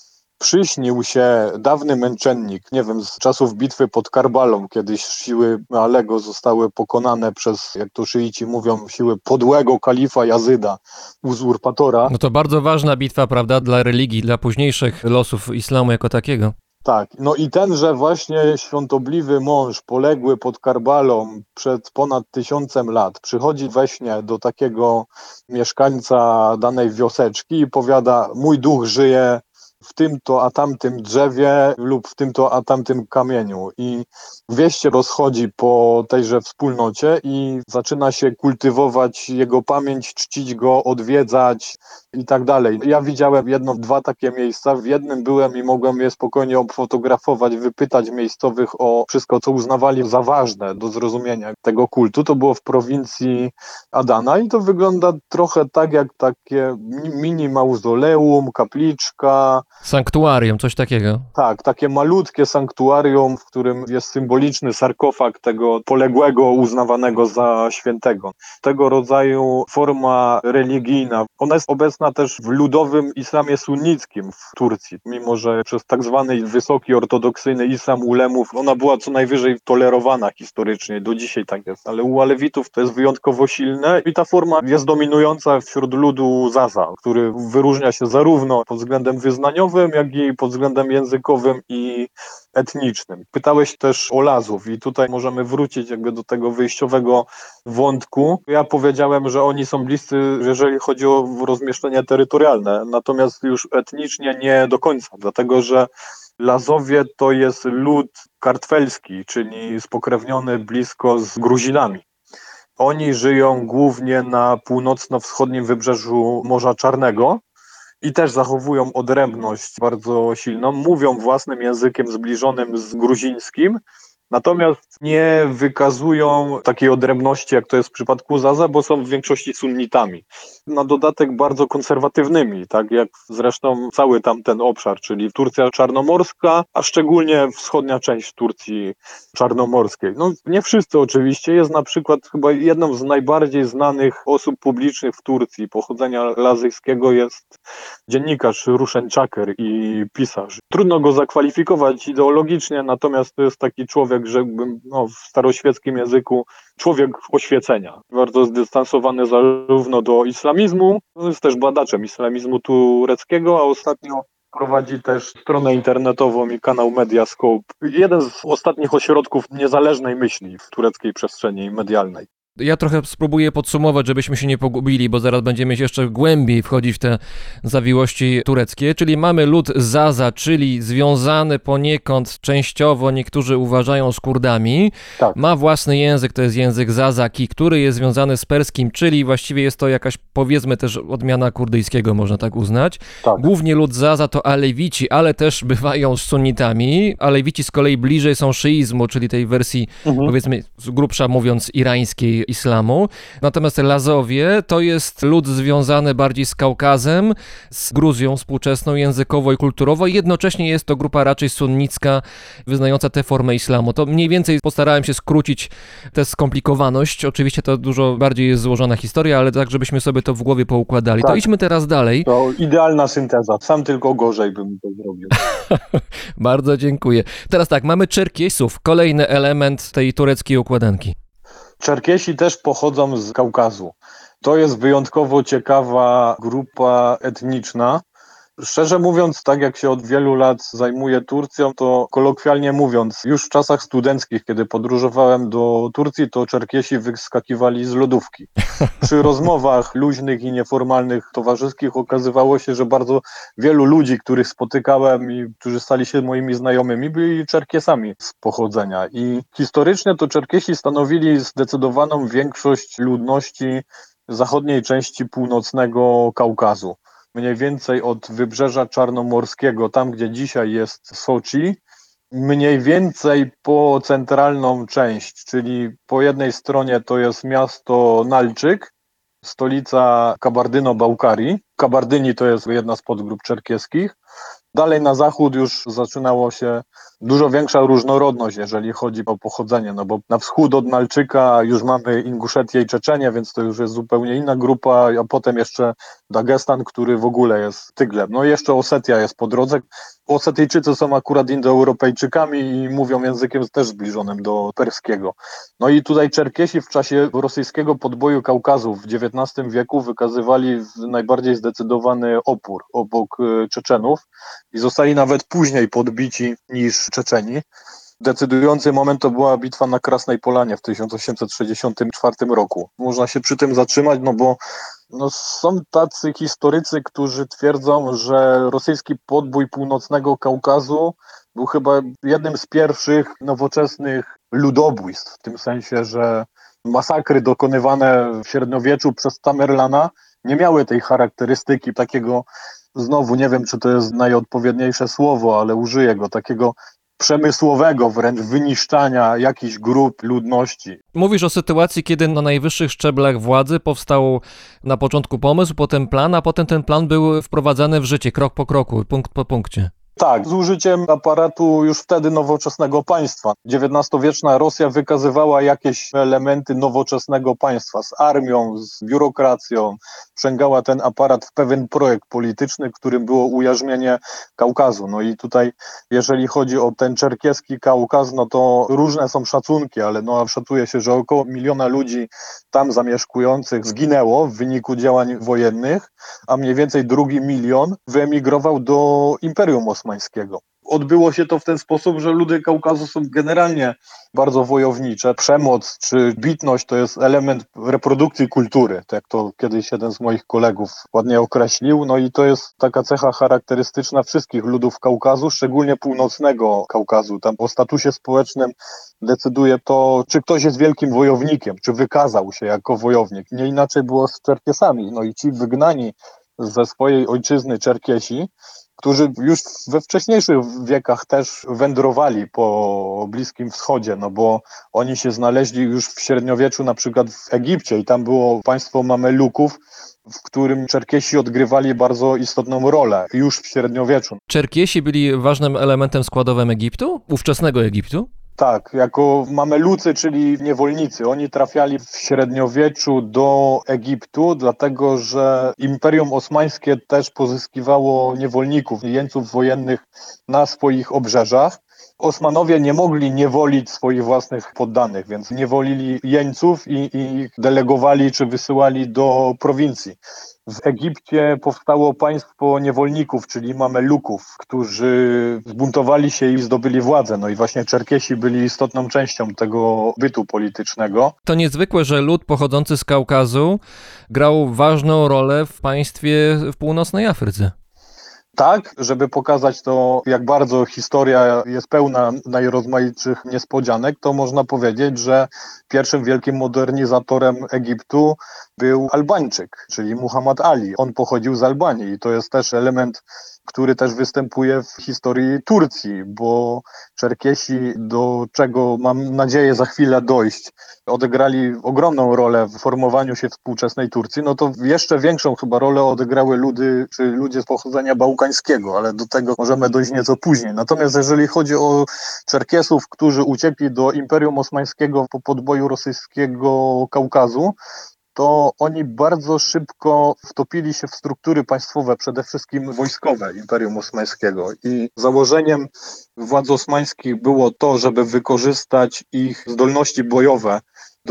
przyśnił się dawny męczennik, nie wiem, z czasów bitwy pod Karbalą, kiedyś siły Alego zostały pokonane przez, jak to szyici mówią, siły podłego kalifa Jazyda, uzurpatora. No to bardzo ważna bitwa, prawda, dla religii, dla późniejszych losów islamu jako takiego. Tak, no i tenże właśnie świątobliwy mąż poległy pod Karbalą przed ponad tysiącem lat przychodzi we śnie do takiego mieszkańca danej wioseczki i powiada: mój duch żyje w tym to a tamtym drzewie lub w tym to a tamtym kamieniu. I wieść się rozchodzi po tejże wspólnocie i zaczyna się kultywować jego pamięć, czcić go, odwiedzać i tak dalej. Ja widziałem jedno, dwa takie miejsca. W jednym byłem i mogłem je spokojnie obfotografować, wypytać miejscowych o wszystko, co uznawali za ważne do zrozumienia tego kultu. To było w prowincji Adana i to wygląda trochę tak jak takie mini mauzoleum, kapliczka. Sanktuarium, coś takiego. Tak, takie malutkie sanktuarium, w którym jest symboliczny sarkofag tego poległego, uznawanego za świętego. Tego rodzaju forma religijna, ona jest obecna też w ludowym islamie sunnickim w Turcji, mimo że przez tak zwany wysoki ortodoksyjny islam ulemów ona była co najwyżej tolerowana historycznie, do dzisiaj tak jest, ale u alewitów to jest wyjątkowo silne i ta forma jest dominująca wśród ludu Zaza, który wyróżnia się zarówno pod względem wyznaniowym, jak i pod względem językowym i etnicznym. Pytałeś też o Lazów i tutaj możemy wrócić jakby do tego wyjściowego wątku. Ja powiedziałem, że oni są bliscy, jeżeli chodzi o rozmieszczenie terytorialne, natomiast już etnicznie nie do końca, dlatego że Lazowie to jest lud kartfelski, czyli spokrewniony blisko z Gruzinami. Oni żyją głównie na północno-wschodnim wybrzeżu Morza Czarnego i też zachowują odrębność bardzo silną, mówią własnym językiem zbliżonym z gruzińskim, natomiast nie wykazują takiej odrębności, jak to jest w przypadku Zaza, bo są w większości sunnitami. Na dodatek bardzo konserwatywnymi, tak jak zresztą cały tamten obszar, czyli Turcja czarnomorska, a szczególnie wschodnia część Turcji czarnomorskiej. No nie wszyscy oczywiście, jest na przykład chyba jedną z najbardziej znanych osób publicznych w Turcji pochodzenia lazyjskiego jest dziennikarz Rushen Çakır i pisarz. Trudno go zakwalifikować ideologicznie, natomiast to jest taki człowiek, że no, w staroświeckim języku człowiek oświecenia. Bardzo zdystansowany zarówno do islamizmu, jest też badaczem islamizmu tureckiego, a ostatnio prowadzi też stronę internetową i kanał Mediascope. Jeden z ostatnich ośrodków niezależnej myśli w tureckiej przestrzeni medialnej. Ja trochę spróbuję podsumować, żebyśmy się nie pogubili, bo zaraz będziemy się jeszcze głębiej wchodzić w te zawiłości tureckie. Czyli mamy lud Zaza, czyli związany poniekąd częściowo, niektórzy uważają, z Kurdami. Tak. Ma własny język, to jest język Zazaki, który jest związany z perskim, czyli właściwie jest to jakaś, powiedzmy też odmiana kurdyjskiego, można tak uznać. Tak. Głównie lud Zaza to alewici, ale też bywają z sunnitami. Alewici z kolei bliżej są szyizmu, czyli tej wersji, Mhm. powiedzmy z grubsza mówiąc, irańskiej islamu. Natomiast Lazowie to jest lud związany bardziej z Kaukazem, z Gruzją współczesną językowo i kulturowo i jednocześnie jest to grupa raczej sunnicka, wyznająca tę formę islamu. To mniej więcej postarałem się skrócić tę skomplikowaność. Oczywiście to dużo bardziej jest złożona historia, ale tak, żebyśmy sobie to w głowie poukładali. Tak. To idźmy teraz dalej. To idealna synteza. Sam tylko gorzej bym to zrobił. Bardzo dziękuję. Teraz tak, mamy Czerkiesów, kolejny element tej tureckiej układanki. Czerkiesi też pochodzą z Kaukazu. To jest wyjątkowo ciekawa grupa etniczna. Szczerze mówiąc, tak jak się od wielu lat zajmuję Turcją, to kolokwialnie mówiąc, już w czasach studenckich, kiedy podróżowałem do Turcji, to Czerkiesi wyskakiwali z lodówki. Przy rozmowach luźnych i nieformalnych, towarzyskich okazywało się, że bardzo wielu ludzi, których spotykałem i którzy stali się moimi znajomymi, byli Czerkiesami z pochodzenia. I historycznie to Czerkiesi stanowili zdecydowaną większość ludności zachodniej części północnego Kaukazu. Mniej więcej od wybrzeża czarnomorskiego, tam gdzie dzisiaj jest Soczi, mniej więcej po centralną część, czyli po jednej stronie to jest miasto Nalczyk, stolica Kabardyno-Bałkarii. Kabardyni to jest jedna z podgrup czerkieskich. Dalej na zachód już zaczynało się dużo większa różnorodność, jeżeli chodzi o pochodzenie, no bo na wschód od Nalczyka już mamy Inguszetię i Czeczenię, więc to już jest zupełnie inna grupa, a potem jeszcze Dagestan, który w ogóle jest tyglem. No i jeszcze Osetia jest po drodze. Osetyjczycy są akurat Indoeuropejczykami i mówią językiem też zbliżonym do perskiego. No i tutaj Czerkiesi w czasie rosyjskiego podboju Kaukazu w dziewiętnastym wieku wykazywali najbardziej zdecydowany opór obok Czeczenów i zostali nawet później podbici niż Czeczeni. Decydujący moment to była bitwa na Krasnej Polanie w tysiąc osiemset sześćdziesiątym czwartym roku. Można się przy tym zatrzymać, no bo no są tacy historycy, którzy twierdzą, że rosyjski podbój północnego Kaukazu był chyba jednym z pierwszych nowoczesnych ludobójstw, w tym sensie, że masakry dokonywane w średniowieczu przez Tamerlana nie miały tej charakterystyki takiego, znowu nie wiem, czy to jest najodpowiedniejsze słowo, ale użyję go, takiego przemysłowego wręcz wyniszczania jakichś grup ludności. Mówisz o sytuacji, kiedy na najwyższych szczeblach władzy powstał na początku pomysł, potem plan, a potem ten plan był wprowadzany w życie, krok po kroku, punkt po punkcie. Tak, z użyciem aparatu już wtedy nowoczesnego państwa. dziewiętnastowieczna Rosja wykazywała jakieś elementy nowoczesnego państwa z armią, z biurokracją. Wprzęgała ten aparat w pewien projekt polityczny, którym było ujarzmienie Kaukazu. No i tutaj, jeżeli chodzi o ten czerkieski Kaukaz, no to różne są szacunki, ale no szacuje się, że około miliona ludzi tam zamieszkujących zginęło w wyniku działań wojennych, a mniej więcej drugi milion wyemigrował do Imperium Osmańskiego. Odbyło się to w ten sposób, że ludy Kaukazu są generalnie bardzo wojownicze. Przemoc czy bitność to jest element reprodukcji kultury, tak jak to kiedyś jeden z moich kolegów ładnie określił. No i to jest taka cecha charakterystyczna wszystkich ludów Kaukazu, szczególnie północnego Kaukazu. Tam o statusie społecznym decyduje to, czy ktoś jest wielkim wojownikiem, czy wykazał się jako wojownik. Nie inaczej było z Czerkiesami. No i ci wygnani ze swojej ojczyzny Czerkiesi, którzy już we wcześniejszych wiekach też wędrowali po Bliskim Wschodzie, no bo oni się znaleźli już w średniowieczu na przykład w Egipcie i tam było państwo Mameluków, w którym Czerkiesi odgrywali bardzo istotną rolę już w średniowieczu. Czerkiesi byli ważnym elementem składowym Egiptu? Ówczesnego Egiptu? Tak, jako Mamelucy, czyli niewolnicy. Oni trafiali w średniowieczu do Egiptu, dlatego że Imperium Osmańskie też pozyskiwało niewolników, jeńców wojennych na swoich obrzeżach. Osmanowie nie mogli niewolić swoich własnych poddanych, więc niewolili jeńców i, i ich delegowali czy wysyłali do prowincji. W Egipcie powstało państwo niewolników, czyli Mameluków, którzy zbuntowali się i zdobyli władzę. No i właśnie Czerkiesi byli istotną częścią tego bytu politycznego. To niezwykłe, że lud pochodzący z Kaukazu grał ważną rolę w państwie w północnej Afryce. Tak, żeby pokazać to, jak bardzo historia jest pełna najrozmaitszych niespodzianek, to można powiedzieć, że pierwszym wielkim modernizatorem Egiptu był Albańczyk, czyli Muhammad Ali. On pochodził z Albanii i to jest też element, który też występuje w historii Turcji, bo Czerkesi, do czego mam nadzieję za chwilę dojść, odegrali ogromną rolę w formowaniu się współczesnej Turcji, no to jeszcze większą chyba rolę odegrały ludy, czy ludzie z pochodzenia bałkańskiego, ale do tego możemy dojść nieco później. Natomiast jeżeli chodzi o Czerkesów, którzy uciekli do Imperium Osmańskiego po podboju rosyjskiego Kaukazu, to oni bardzo szybko wtopili się w struktury państwowe, przede wszystkim wojskowe Imperium Osmańskiego. I założeniem władz osmańskich było to, żeby wykorzystać ich zdolności bojowe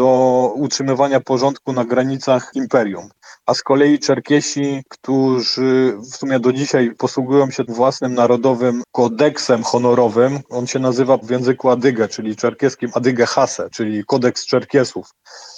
do utrzymywania porządku na granicach imperium. A z kolei Czerkesi, którzy w sumie do dzisiaj posługują się własnym narodowym kodeksem honorowym, on się nazywa w języku Adygę, czyli czerkieskim Adygę Hase, czyli kodeks Czerkiesów.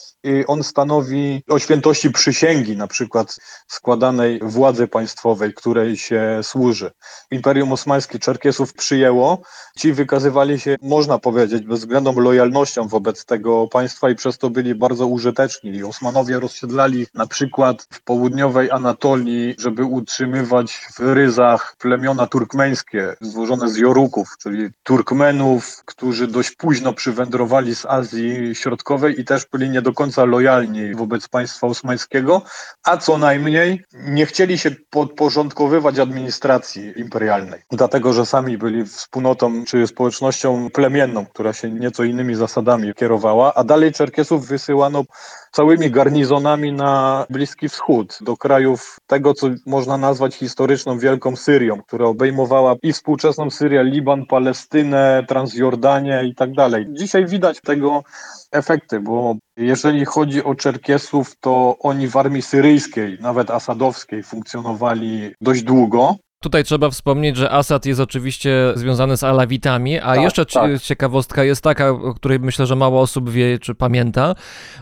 I on stanowi o świętości przysięgi, na przykład składanej władzy państwowej, której się służy. Imperium Osmańskie Czerkesów przyjęło. Ci wykazywali się, można powiedzieć, bezwzględną lojalnością wobec tego państwa i przez to byli bardzo użyteczni. Osmanowie rozsiedlali na przykład w południowej Anatolii, żeby utrzymywać w ryzach plemiona turkmeńskie, złożone z Joruków, czyli Turkmenów, którzy dość późno przywędrowali z Azji Środkowej i też byli nie do końca lojalni wobec państwa osmańskiego, a co najmniej nie chcieli się podporządkowywać administracji imperialnej, dlatego że sami byli wspólnotą czy społecznością plemienną, która się nieco innymi zasadami kierowała, a dalej Czerkesów wysyłano całymi garnizonami na Bliski Wschód, do krajów tego, co można nazwać historyczną Wielką Syrią, która obejmowała i współczesną Syrię, Liban, Palestynę, Transjordanię i tak dalej. Dzisiaj widać tego efekty, bo jeżeli chodzi o Czerkesów, to oni w armii syryjskiej, nawet asadowskiej, funkcjonowali dość długo. Tutaj trzeba wspomnieć, że Asad jest oczywiście związany z Alawitami, a Tak, jeszcze tak. ciekawostka jest taka, o której myślę, że mało osób wie czy pamięta,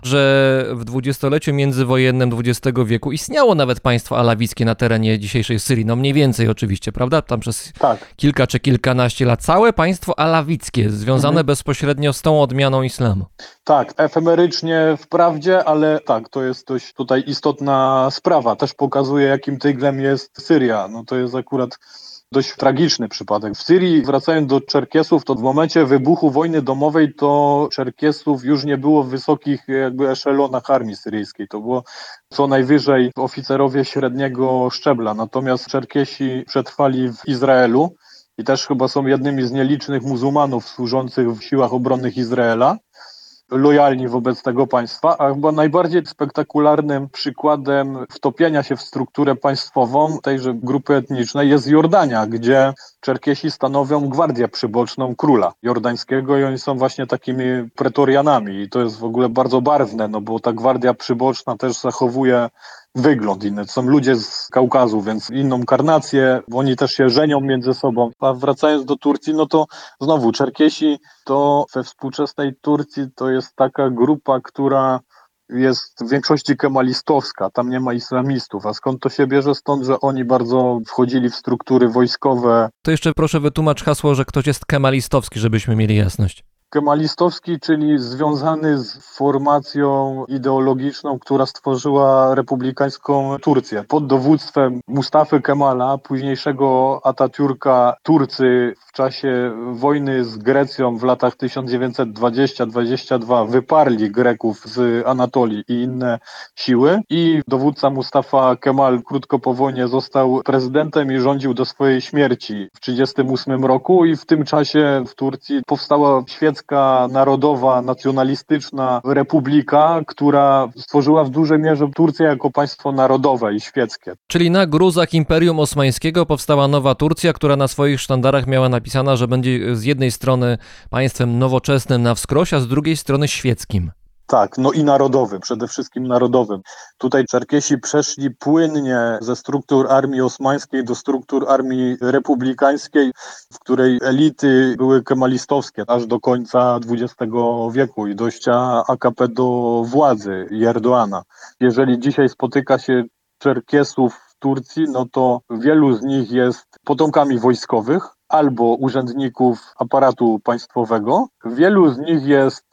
że w dwudziestoleciu międzywojennym dwudziestego wieku istniało nawet państwo alawickie na terenie dzisiejszej Syrii, no mniej więcej oczywiście, prawda? Tam przez Tak. kilka czy kilkanaście lat. Całe państwo alawickie, związane mhm. bezpośrednio z tą odmianą islamu. Tak, efemerycznie wprawdzie, ale tak, to jest dość tutaj istotna sprawa. Też pokazuje, jakim tyglem jest Syria. No to jest akurat dość tragiczny przypadek. W Syrii, wracając do Czerkesów, to w momencie wybuchu wojny domowej to Czerkesów już nie było w wysokich jakby eszelonach armii syryjskiej. To było co najwyżej oficerowie średniego szczebla. Natomiast Czerkesi przetrwali w Izraelu i też chyba są jednymi z nielicznych muzułmanów służących w siłach obronnych Izraela, lojalni wobec tego państwa, a chyba najbardziej spektakularnym przykładem wtopienia się w strukturę państwową tejże grupy etnicznej jest Jordania, gdzie Czerkesi stanowią gwardię przyboczną króla jordańskiego i oni są właśnie takimi pretorianami i to jest w ogóle bardzo barwne, no bo ta gwardia przyboczna też zachowuje wygląd inny. To są ludzie z Kaukazu, więc inną karnację, bo oni też się żenią między sobą. A wracając do Turcji, no to znowu Czerkesi to we współczesnej Turcji to jest taka grupa, która jest w większości kemalistowska, tam nie ma islamistów. A skąd to się bierze? Stąd, że oni bardzo wchodzili w struktury wojskowe. To jeszcze proszę wytłumacz hasło, że ktoś jest kemalistowski, żebyśmy mieli jasność. Kemalistowski, czyli związany z formacją ideologiczną, która stworzyła republikańską Turcję. Pod dowództwem Mustafy Kemala, późniejszego Atatürka, Turcy w czasie wojny z Grecją w latach tysiąc dziewięćset dwudziestym do dwudziestego drugiego wyparli Greków z Anatolii i inne siły i dowódca Mustafa Kemal krótko po wojnie został prezydentem i rządził do swojej śmierci w tysiąc dziewięćset trzydziestym ósmym roku i w tym czasie w Turcji powstała świecka narodowa, nacjonalistyczna republika, która stworzyła w dużej mierze Turcję jako państwo narodowe i świeckie. Czyli na gruzach Imperium Osmańskiego powstała nowa Turcja, która na swoich sztandarach miała napisane, że będzie z jednej strony państwem nowoczesnym na wskroś, a z drugiej strony świeckim. Tak, no i narodowym, przede wszystkim narodowym. Tutaj Czerkesi przeszli płynnie ze struktur armii osmańskiej do struktur armii republikańskiej, w której elity były kemalistowskie aż do końca dwudziestego wieku i dojścia A K P do władzy i Erdoana. Jeżeli dzisiaj spotyka się Czerkesów w Turcji, no to wielu z nich jest potomkami wojskowych albo urzędników aparatu państwowego. Wielu z nich jest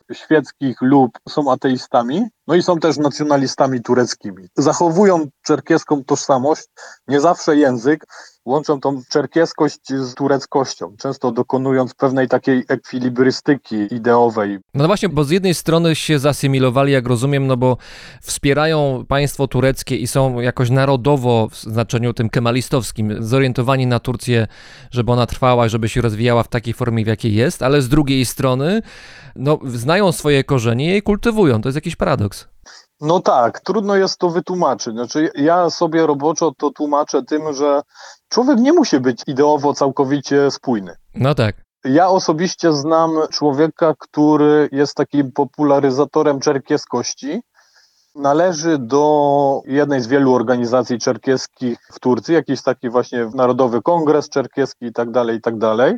świeckich lub są ateistami, no i są też nacjonalistami tureckimi. Zachowują czerkieską tożsamość, nie zawsze język, łączą tą czerkieskość z tureckością, często dokonując pewnej takiej ekwilibrystyki ideowej. No właśnie, bo z jednej strony się zasymilowali, jak rozumiem, no bo wspierają państwo tureckie i są jakoś narodowo, w znaczeniu tym kemalistowskim, zorientowani na Turcję, żeby ona trwała, żeby się rozwijała w takiej formie, w jakiej jest, ale z drugiej strony no, znają swoje korzenie i je kultywują. To jest jakiś paradoks. No tak, trudno jest to wytłumaczyć. Znaczy, ja sobie roboczo to tłumaczę tym, że człowiek nie musi być ideowo całkowicie spójny. No tak. Ja osobiście znam człowieka, który jest takim popularyzatorem czerkieskości. Należy do jednej z wielu organizacji czerkieskich w Turcji, jakiś taki właśnie Narodowy Kongres Czerkieski i tak dalej, i tak dalej.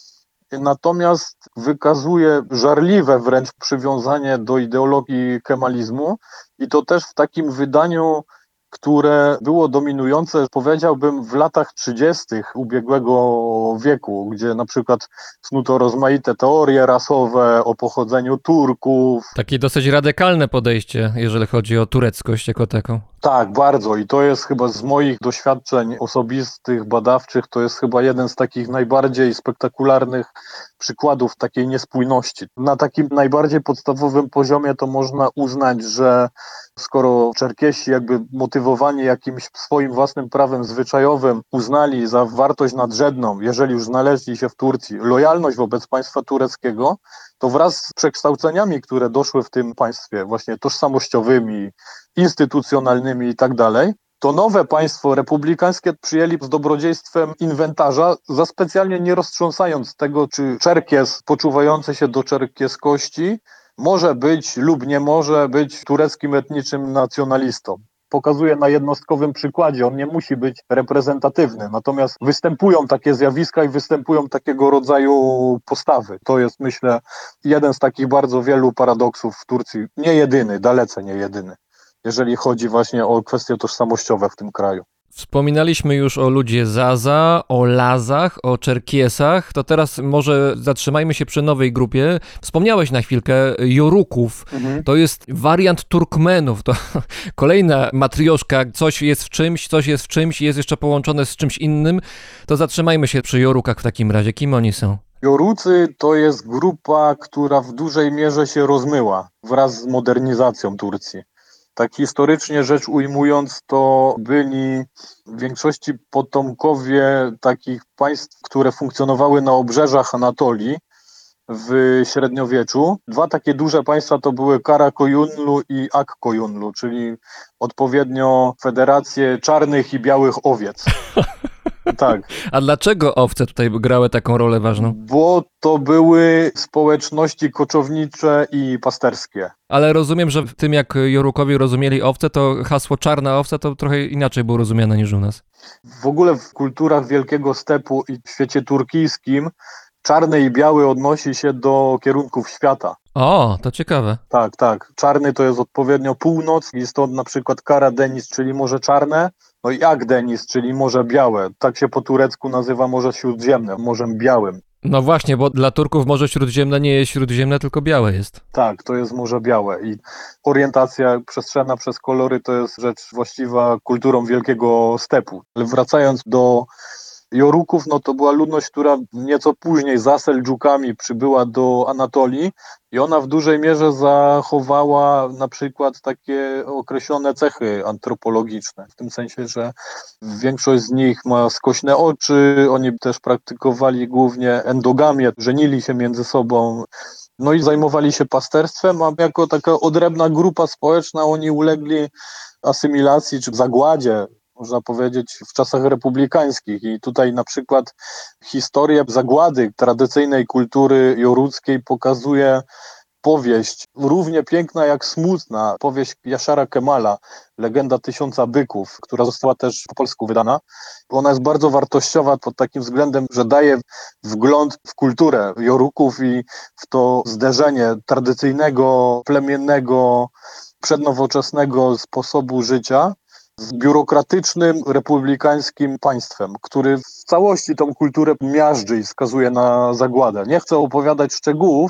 Natomiast wykazuje żarliwe wręcz przywiązanie do ideologii kemalizmu i to też w takim wydaniu, które było dominujące, powiedziałbym, w latach trzydziestych ubiegłego wieku, gdzie na przykład snuto rozmaite teorie rasowe o pochodzeniu Turków. Takie dosyć radykalne podejście, jeżeli chodzi o tureckość jako taką. Tak, bardzo i to jest chyba z moich doświadczeń osobistych, badawczych, to jest chyba jeden z takich najbardziej spektakularnych przykładów takiej niespójności. Na takim najbardziej podstawowym poziomie to można uznać, że skoro Czerkesi jakby motywowani jakimś swoim własnym prawem zwyczajowym uznali za wartość nadrzędną, jeżeli już znaleźli się w Turcji, lojalność wobec państwa tureckiego, to wraz z przekształceniami, które doszły w tym państwie, właśnie tożsamościowymi, instytucjonalnymi i tak dalej, to nowe państwo republikańskie przyjęli z dobrodziejstwem inwentarza, za specjalnie nie roztrząsając tego, czy Czerkies poczuwający się do czerkieskości może być lub nie może być tureckim etnicznym nacjonalistą. Pokazuje na jednostkowym przykładzie, on nie musi być reprezentatywny, natomiast występują takie zjawiska i występują takiego rodzaju postawy. To jest, myślę, jeden z takich bardzo wielu paradoksów w Turcji, nie jedyny, dalece nie jedyny, jeżeli chodzi właśnie o kwestie tożsamościowe w tym kraju. Wspominaliśmy już o ludzie Zaza, o Lazach, o Czerkiesach, to teraz może zatrzymajmy się przy nowej grupie. Wspomniałeś na chwilkę Joruków, mhm. To jest wariant Turkmenów, to kolejna matrioszka, coś jest w czymś, coś jest w czymś, jest jeszcze połączone z czymś innym, to zatrzymajmy się przy Jorukach w takim razie. Kim oni są? Jorucy to jest grupa, która w dużej mierze się rozmyła wraz z modernizacją Turcji. Tak historycznie rzecz ujmując, to byli w większości potomkowie takich państw, które funkcjonowały na obrzeżach Anatolii w średniowieczu. Dwa takie duże państwa to były Karakoyunlu i Akkoyunlu, czyli odpowiednio federacje czarnych i białych owiec. Tak. A dlaczego owce tutaj grały taką rolę ważną? Bo to były społeczności koczownicze i pasterskie. Ale rozumiem, że w tym jak Jorukowie rozumieli owce, to hasło czarna owca to trochę inaczej było rozumiane niż u nas. W ogóle w kulturach Wielkiego Stepu i w świecie turkijskim czarny i biały odnosi się do kierunków świata. O, to ciekawe. Tak, tak. Czarny to jest odpowiednio północ i stąd na przykład Kara Deniz, czyli Morze Czarne, no i Akdeniz, czyli Morze Białe. Tak się po turecku nazywa Morze Śródziemne, Morzem Białym. No właśnie, bo dla Turków Morze Śródziemne nie jest śródziemne, tylko białe jest. Tak, to jest Morze Białe i orientacja przestrzenna przez kolory to jest rzecz właściwa kulturą Wielkiego Stepu. Ale wracając do Joruków, no to była ludność, która nieco później za Seldżukami przybyła do Anatolii i ona w dużej mierze zachowała na przykład takie określone cechy antropologiczne, w tym sensie, że większość z nich ma skośne oczy, oni też praktykowali głównie endogamię, żenili się między sobą, no i zajmowali się pasterstwem, a jako taka odrębna grupa społeczna oni ulegli asymilacji czy zagładzie, można powiedzieć, w czasach republikańskich. I tutaj na przykład historia zagłady tradycyjnej kultury joruckiej pokazuje powieść równie piękna jak smutna, powieść Jaszara Kemala, Legenda Tysiąca Byków, która została też po polsku wydana. Ona jest bardzo wartościowa pod takim względem, że daje wgląd w kulturę Joruków i w to zderzenie tradycyjnego, plemiennego, przednowoczesnego sposobu życia z biurokratycznym, republikańskim państwem, który w całości tą kulturę miażdży i wskazuje na zagładę. Nie chcę opowiadać szczegółów,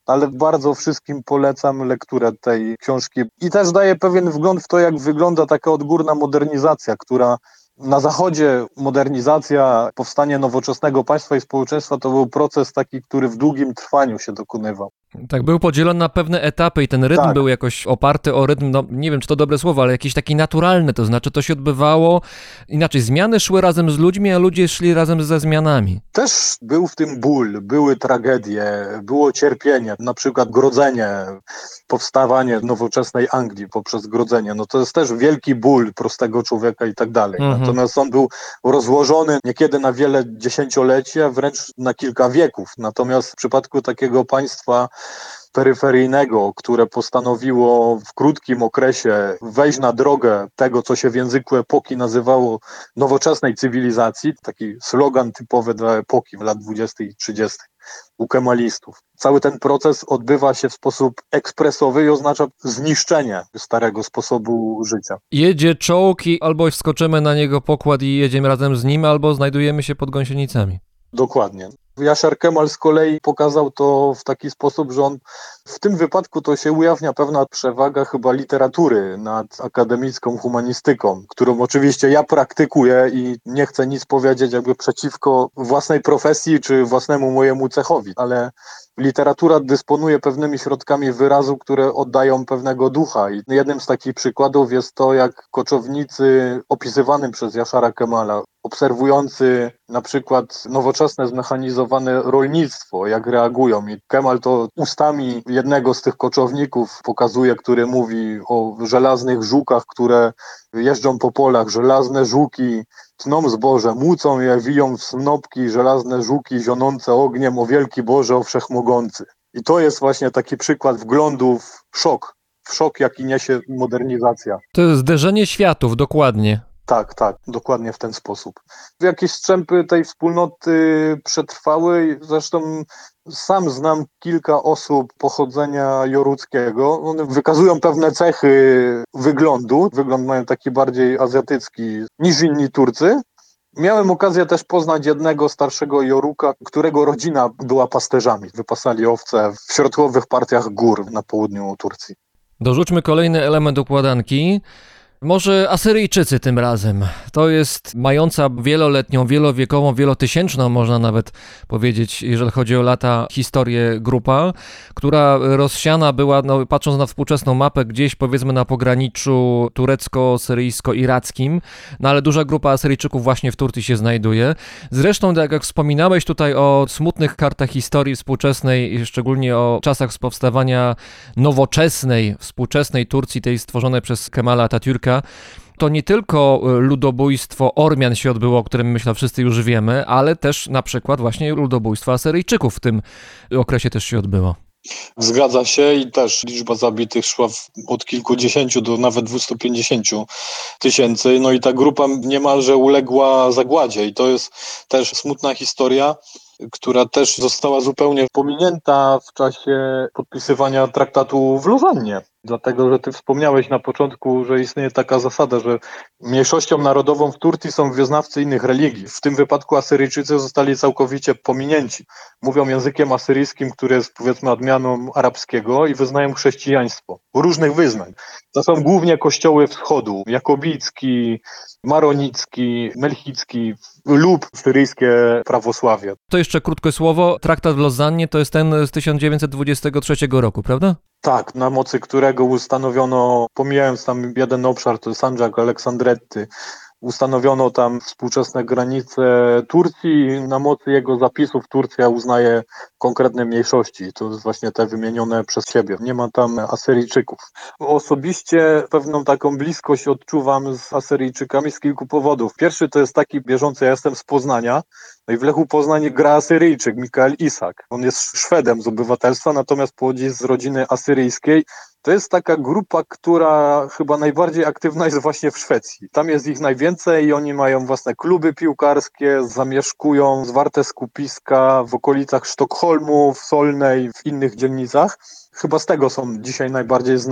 ale bardzo wszystkim polecam lekturę tej książki i też daje pewien wgląd w to, jak wygląda taka odgórna modernizacja, która na Zachodzie modernizacja, powstanie nowoczesnego państwa i społeczeństwa to był proces taki, który w długim trwaniu się dokonywał. Tak, był podzielony na pewne etapy i ten rytm Tak. był jakoś oparty o rytm, no nie wiem, czy to dobre słowo, ale jakiś taki naturalny, to znaczy to się odbywało inaczej. Zmiany szły razem z ludźmi, a ludzie szli razem ze zmianami. Też był w tym ból, były tragedie, było cierpienie, na przykład grodzenie, powstawanie nowoczesnej Anglii poprzez grodzenie. No to jest też wielki ból prostego człowieka i tak dalej. Mhm. Natomiast on był rozłożony niekiedy na wiele dziesięcioleci, a wręcz na kilka wieków. Natomiast w przypadku takiego państwa peryferyjnego, które postanowiło w krótkim okresie wejść na drogę tego, co się w języku epoki nazywało nowoczesnej cywilizacji, taki slogan typowy dla epoki w lat dwudziestych i trzydziestych u kemalistów. Cały ten proces odbywa się w sposób ekspresowy i oznacza zniszczenie starego sposobu życia. Jedzie czołg i albo wskoczymy na niego pokład i jedziemy razem z nim, albo znajdujemy się pod gąsienicami. Dokładnie. Yashar Kemal z kolei pokazał to w taki sposób, że on w tym wypadku to się ujawnia pewna przewaga chyba literatury nad akademicką humanistyką, którą oczywiście ja praktykuję i nie chcę nic powiedzieć jakby przeciwko własnej profesji czy własnemu mojemu cechowi, ale literatura dysponuje pewnymi środkami wyrazu, które oddają pewnego ducha i jednym z takich przykładów jest to, jak koczownicy opisywanym przez Yashara Kemala, obserwujący na przykład nowoczesne zmechanizowane rolnictwo, jak reagują. I Kemal to ustami jednego z tych koczowników pokazuje, który mówi o żelaznych żukach, które jeżdżą po polach, żelazne żuki tną zboże, młócą je, wiją w snopki, żelazne żuki zionące ogniem, o wielki Boże, o wszechmogący. I to jest właśnie taki przykład wglądu w szok, w szok, jaki niesie modernizacja. To jest zderzenie światów, dokładnie. Tak, tak, dokładnie w ten sposób. Jakieś strzępy tej wspólnoty przetrwały, zresztą sam znam kilka osób pochodzenia joruckiego. One wykazują pewne cechy wyglądu, wygląd mają taki bardziej azjatycki niż inni Turcy. Miałem okazję też poznać jednego starszego Joruka, którego rodzina była pasterzami. Wypasali owce w środkowych partiach gór na południu Turcji. Dorzućmy kolejny element układanki. Może Asyryjczycy tym razem. To jest mająca wieloletnią, wielowiekową, wielotysięczną, można nawet powiedzieć, jeżeli chodzi o lata, historię grupa, która rozsiana była, no, patrząc na współczesną mapę, gdzieś powiedzmy na pograniczu turecko-syryjsko-irackim, no ale duża grupa Asyryjczyków właśnie w Turcji się znajduje. Zresztą, tak jak wspominałeś tutaj o smutnych kartach historii współczesnej, szczególnie o czasach powstawania nowoczesnej, współczesnej Turcji, tej stworzonej przez Kemala Atatürka, to nie tylko ludobójstwo Ormian się odbyło, o którym myślę wszyscy już wiemy, ale też na przykład właśnie ludobójstwo Asyryjczyków w tym okresie też się odbyło. Zgadza się i też liczba zabitych szła w, od kilkudziesięciu do nawet dwustu pięćdziesięciu tysięcy. No i ta grupa niemalże uległa zagładzie i to jest też smutna historia, która też została zupełnie pominięta w czasie podpisywania traktatu w Lozannie. Dlatego, że ty wspomniałeś na początku, że istnieje taka zasada, że mniejszością narodową w Turcji są wyznawcy innych religii. W tym wypadku Asyryjczycy zostali całkowicie pominięci. Mówią językiem asyryjskim, który jest powiedzmy odmianą arabskiego i wyznają chrześcijaństwo. Różnych wyznań. To są głównie kościoły wschodu. Jakobicki, maronicki, melchicki lub syryjskie prawosławie. To jeszcze krótkie słowo. Traktat w Lozannie to jest ten z tysiąc dziewięćset dwudziestego trzeciego roku, prawda? Tak, na mocy którego ustanowiono, pomijając tam jeden obszar, to Sandżak Aleksandretty, ustanowiono tam współczesne granice Turcji. Na mocy jego zapisów Turcja uznaje konkretne mniejszości. To jest właśnie te wymienione przez siebie. Nie ma tam Asyryjczyków. Osobiście pewną taką bliskość odczuwam z Asyryjczykami z kilku powodów. Pierwszy to jest taki bieżący, ja jestem z Poznania. No i w Lechu Poznań gra Asyryjczyk, Mikael Isak. On jest Szwedem z obywatelstwa, natomiast pochodzi z rodziny asyryjskiej. To jest taka grupa, która chyba najbardziej aktywna jest właśnie w Szwecji. Tam jest ich najwięcej i oni mają własne kluby piłkarskie, zamieszkują zwarte skupiska w okolicach Sztokholmu, w Solnej, w innych dzielnicach. Chyba z tego są dzisiaj najbardziej znani.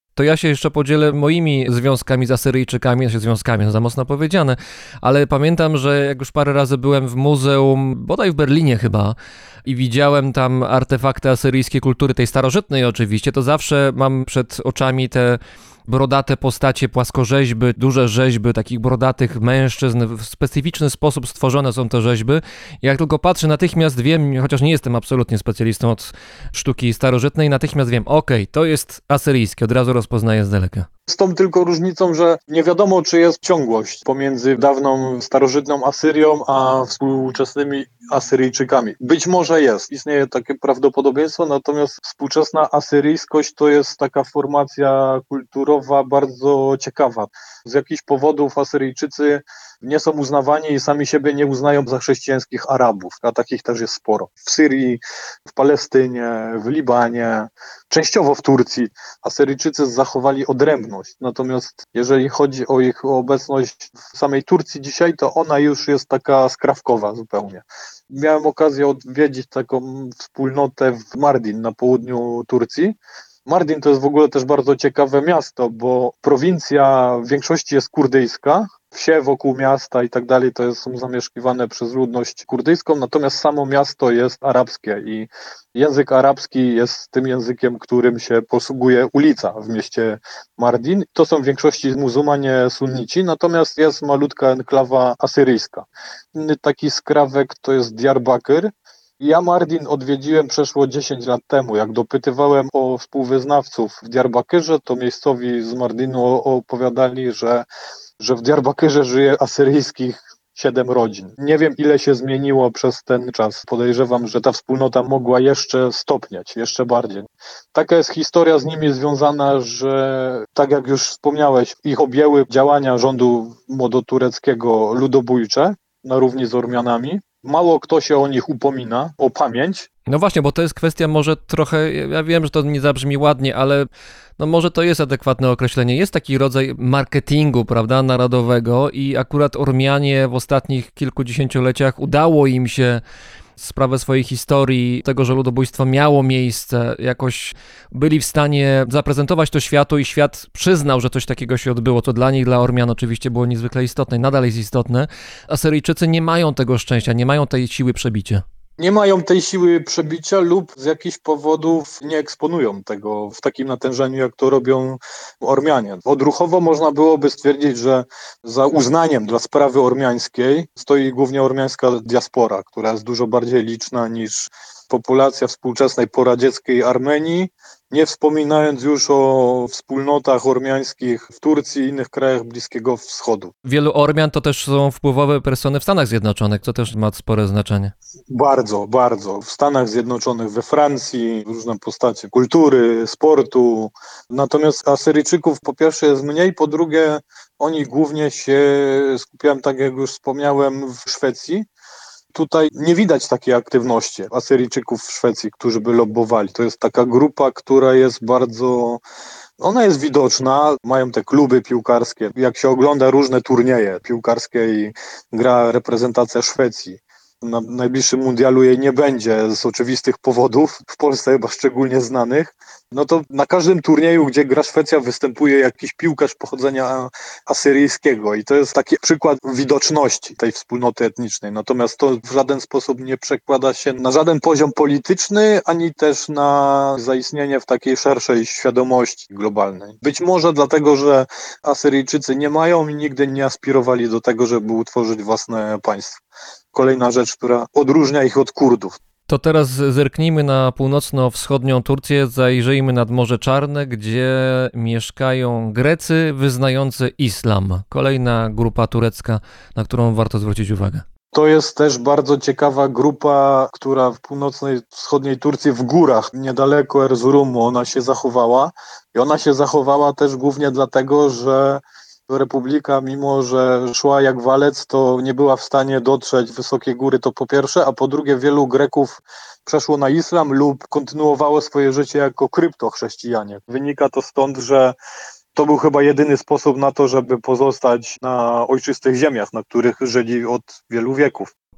To ja się jeszcze podzielę moimi związkami z Asyryjczykami, znaczy związkami, no za mocno powiedziane, ale pamiętam, że jak już parę razy byłem w muzeum, bodaj w Berlinie chyba, i widziałem tam artefakty asyryjskiej kultury, tej starożytnej oczywiście, to zawsze mam przed oczami te brodate postacie, płaskorzeźby, duże rzeźby takich brodatych mężczyzn, w specyficzny sposób stworzone są te rzeźby. Jak tylko patrzę, natychmiast wiem, chociaż nie jestem absolutnie specjalistą od sztuki starożytnej, natychmiast wiem, okej, to jest asyryjskie, od razu rozpoznaję z daleka. Z tą tylko różnicą, że nie wiadomo, czy jest ciągłość pomiędzy dawną starożytną Asyrią, a współczesnymi Asyryjczykami. Być może jest, istnieje takie prawdopodobieństwo, natomiast współczesna asyryjskość to jest taka formacja kulturowa bardzo ciekawa. Z jakichś powodów Asyryjczycy nie są uznawani i sami siebie nie uznają za chrześcijańskich Arabów, a takich też jest sporo. W Syrii, w Palestynie, w Libanie, częściowo w Turcji Asyryjczycy zachowali odrębność. Natomiast jeżeli chodzi o ich obecność w samej Turcji dzisiaj, to ona już jest taka skrawkowa zupełnie. Miałem okazję odwiedzić taką wspólnotę w Mardin na południu Turcji. Mardin to jest w ogóle też bardzo ciekawe miasto, bo prowincja w większości jest kurdyjska, wsie wokół miasta i tak dalej to są zamieszkiwane przez ludność kurdyjską, natomiast samo miasto jest arabskie i język arabski jest tym językiem, którym się posługuje ulica w mieście Mardin. To są w większości muzułmanie sunnici, natomiast jest malutka enklawa asyryjska. Inny taki skrawek to jest Diyarbakir. Ja Mardin odwiedziłem przeszło dziesięć lat temu. Jak dopytywałem o współwyznawców w Diyarbakirze, to miejscowi z Mardinu opowiadali, że, że w Diyarbakirze żyje asyryjskich siedem rodzin. Nie wiem, ile się zmieniło przez ten czas. Podejrzewam, że ta wspólnota mogła jeszcze stopnieć, jeszcze bardziej. Taka jest historia z nimi związana, że tak jak już wspomniałeś, ich objęły działania rządu młodotureckiego ludobójcze na równi z Ormianami. Mało kto się o nich upomina, o pamięć. No właśnie, bo to jest kwestia może trochę, ja wiem, że to nie zabrzmi ładnie, ale no może to jest adekwatne określenie. Jest taki rodzaj marketingu, prawda, narodowego i akurat Ormianie w ostatnich kilkudziesięcioleciach udało im się sprawę swojej historii, tego, że ludobójstwo miało miejsce, jakoś byli w stanie zaprezentować to światu i świat przyznał, że coś takiego się odbyło. To dla nich, dla Ormian oczywiście było niezwykle istotne i nadal jest istotne. Asyryjczycy nie mają tego szczęścia, nie mają tej siły przebicia. Nie mają tej siły przebicia lub z jakichś powodów nie eksponują tego w takim natężeniu, jak to robią Ormianie. Odruchowo można byłoby stwierdzić, że za uznaniem dla sprawy ormiańskiej stoi głównie ormiańska diaspora, która jest dużo bardziej liczna niż populacja współczesnej poradzieckiej Armenii, nie wspominając już o wspólnotach ormiańskich w Turcji i innych krajach Bliskiego Wschodu. Wielu Ormian to też są wpływowe persony w Stanach Zjednoczonych, co też ma spore znaczenie. Bardzo, bardzo. W Stanach Zjednoczonych, we Francji, różne postacie kultury, sportu. Natomiast Asyryjczyków po pierwsze jest mniej, po drugie oni głównie się skupiają, tak jak już wspomniałem, w Szwecji. Tutaj nie widać takiej aktywności Asyryjczyków w Szwecji, którzy by lobbowali. To jest taka grupa, która jest bardzo... Ona jest widoczna, mają te kluby piłkarskie. Jak się ogląda różne turnieje piłkarskie i gra reprezentacja Szwecji, na najbliższym mundialu jej nie będzie z oczywistych powodów, w Polsce chyba szczególnie znanych, no to na każdym turnieju, gdzie gra Szwecja, występuje jakiś piłkarz pochodzenia asyryjskiego i to jest taki przykład widoczności tej wspólnoty etnicznej. Natomiast to w żaden sposób nie przekłada się na żaden poziom polityczny, ani też na zaistnienie w takiej szerszej świadomości globalnej. Być może dlatego, że Asyryjczycy nie mają i nigdy nie aspirowali do tego, żeby utworzyć własne państwo. Kolejna rzecz, która odróżnia ich od Kurdów. To teraz zerknijmy na północno-wschodnią Turcję, zajrzyjmy nad Morze Czarne, gdzie mieszkają Grecy wyznający islam. Kolejna grupa turecka, na którą warto zwrócić uwagę. To jest też bardzo ciekawa grupa, która w północnej, wschodniej Turcji w górach, niedaleko Erzurumu, ona się zachowała. I ona się zachowała też głównie dlatego, że Republika, mimo że szła jak walec, to nie była w stanie dotrzeć w wysokie góry, to po pierwsze, a po drugie wielu Greków przeszło na islam lub kontynuowało swoje życie jako kryptochrześcijanie. Wynika to stąd, że to był chyba jedyny sposób na to, żeby pozostać na ojczystych ziemiach, na których żyli od wielu wieków.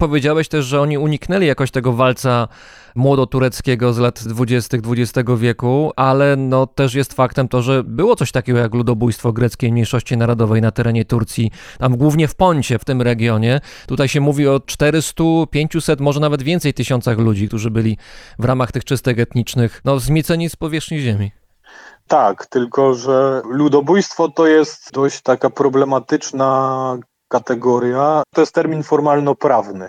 Powiedziałeś też, że oni uniknęli jakoś tego walca młodotureckiego z lat dwudziestych dwudziestego wieku, ale no też jest faktem to, że było coś takiego jak ludobójstwo greckiej mniejszości narodowej na terenie Turcji, tam głównie w Poncie, w tym regionie. Tutaj się mówi o czterysta, pięćset, może nawet więcej tysiącach ludzi, którzy byli w ramach tych czystek etnicznych, no zmieceni z powierzchni ziemi. Tak, tylko że ludobójstwo to jest dość taka problematyczna kategoria. To jest termin formalno-prawny.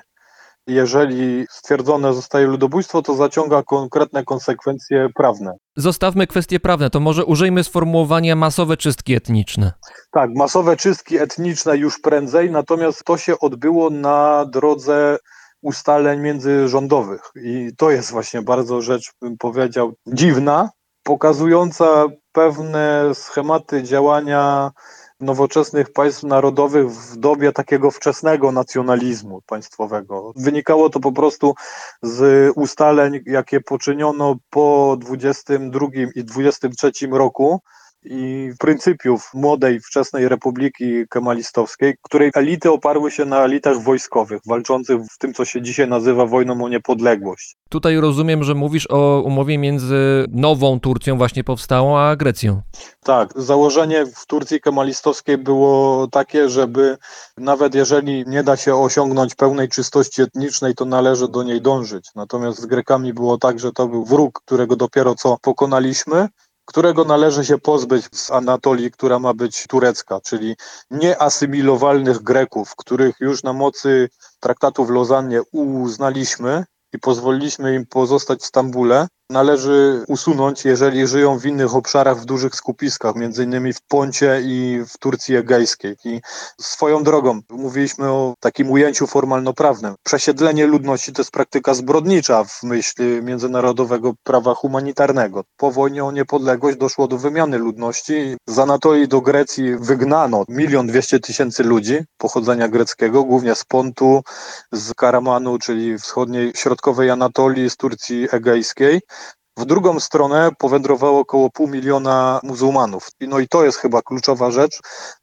Jeżeli stwierdzone zostaje ludobójstwo, to zaciąga konkretne konsekwencje prawne. Zostawmy kwestie prawne, to może użyjmy sformułowania masowe czystki etniczne. Tak, masowe czystki etniczne już prędzej, natomiast to się odbyło na drodze ustaleń międzyrządowych. I to jest właśnie bardzo rzecz, bym powiedział, dziwna, pokazująca pewne schematy działania nowoczesnych państw narodowych w dobie takiego wczesnego nacjonalizmu państwowego. Wynikało to po prostu z ustaleń, jakie poczyniono po dwudziestym drugim i dwudziestym trzecim roku i pryncypiów młodej, wczesnej Republiki Kemalistowskiej, której elity oparły się na elitach wojskowych, walczących w tym, co się dzisiaj nazywa wojną o niepodległość. Tutaj rozumiem, że mówisz o umowie między nową Turcją właśnie powstałą, a Grecją. Tak, założenie w Turcji kemalistowskiej było takie, żeby nawet jeżeli nie da się osiągnąć pełnej czystości etnicznej, to należy do niej dążyć. Natomiast z Grekami było tak, że to był wróg, którego dopiero co pokonaliśmy, którego należy się pozbyć z Anatolii, która ma być turecka, czyli nieasymilowalnych Greków, których już na mocy traktatu w Lozannie uznaliśmy i pozwoliliśmy im pozostać w Stambule, należy usunąć, jeżeli żyją w innych obszarach, w dużych skupiskach, między innymi w Poncie i w Turcji Egejskiej. I swoją drogą, mówiliśmy o takim ujęciu formalno-prawnym. Przesiedlenie ludności to jest praktyka zbrodnicza w myśl międzynarodowego prawa humanitarnego. Po wojnie o niepodległość doszło do wymiany ludności. Z Anatolii do Grecji wygnano milion dwieście tysięcy ludzi pochodzenia greckiego, głównie z Pontu, z Karamanu, czyli wschodniej, środkowej Anatolii, z Turcji Egejskiej. W drugą stronę powędrowało około pół miliona muzułmanów. No i to jest chyba kluczowa rzecz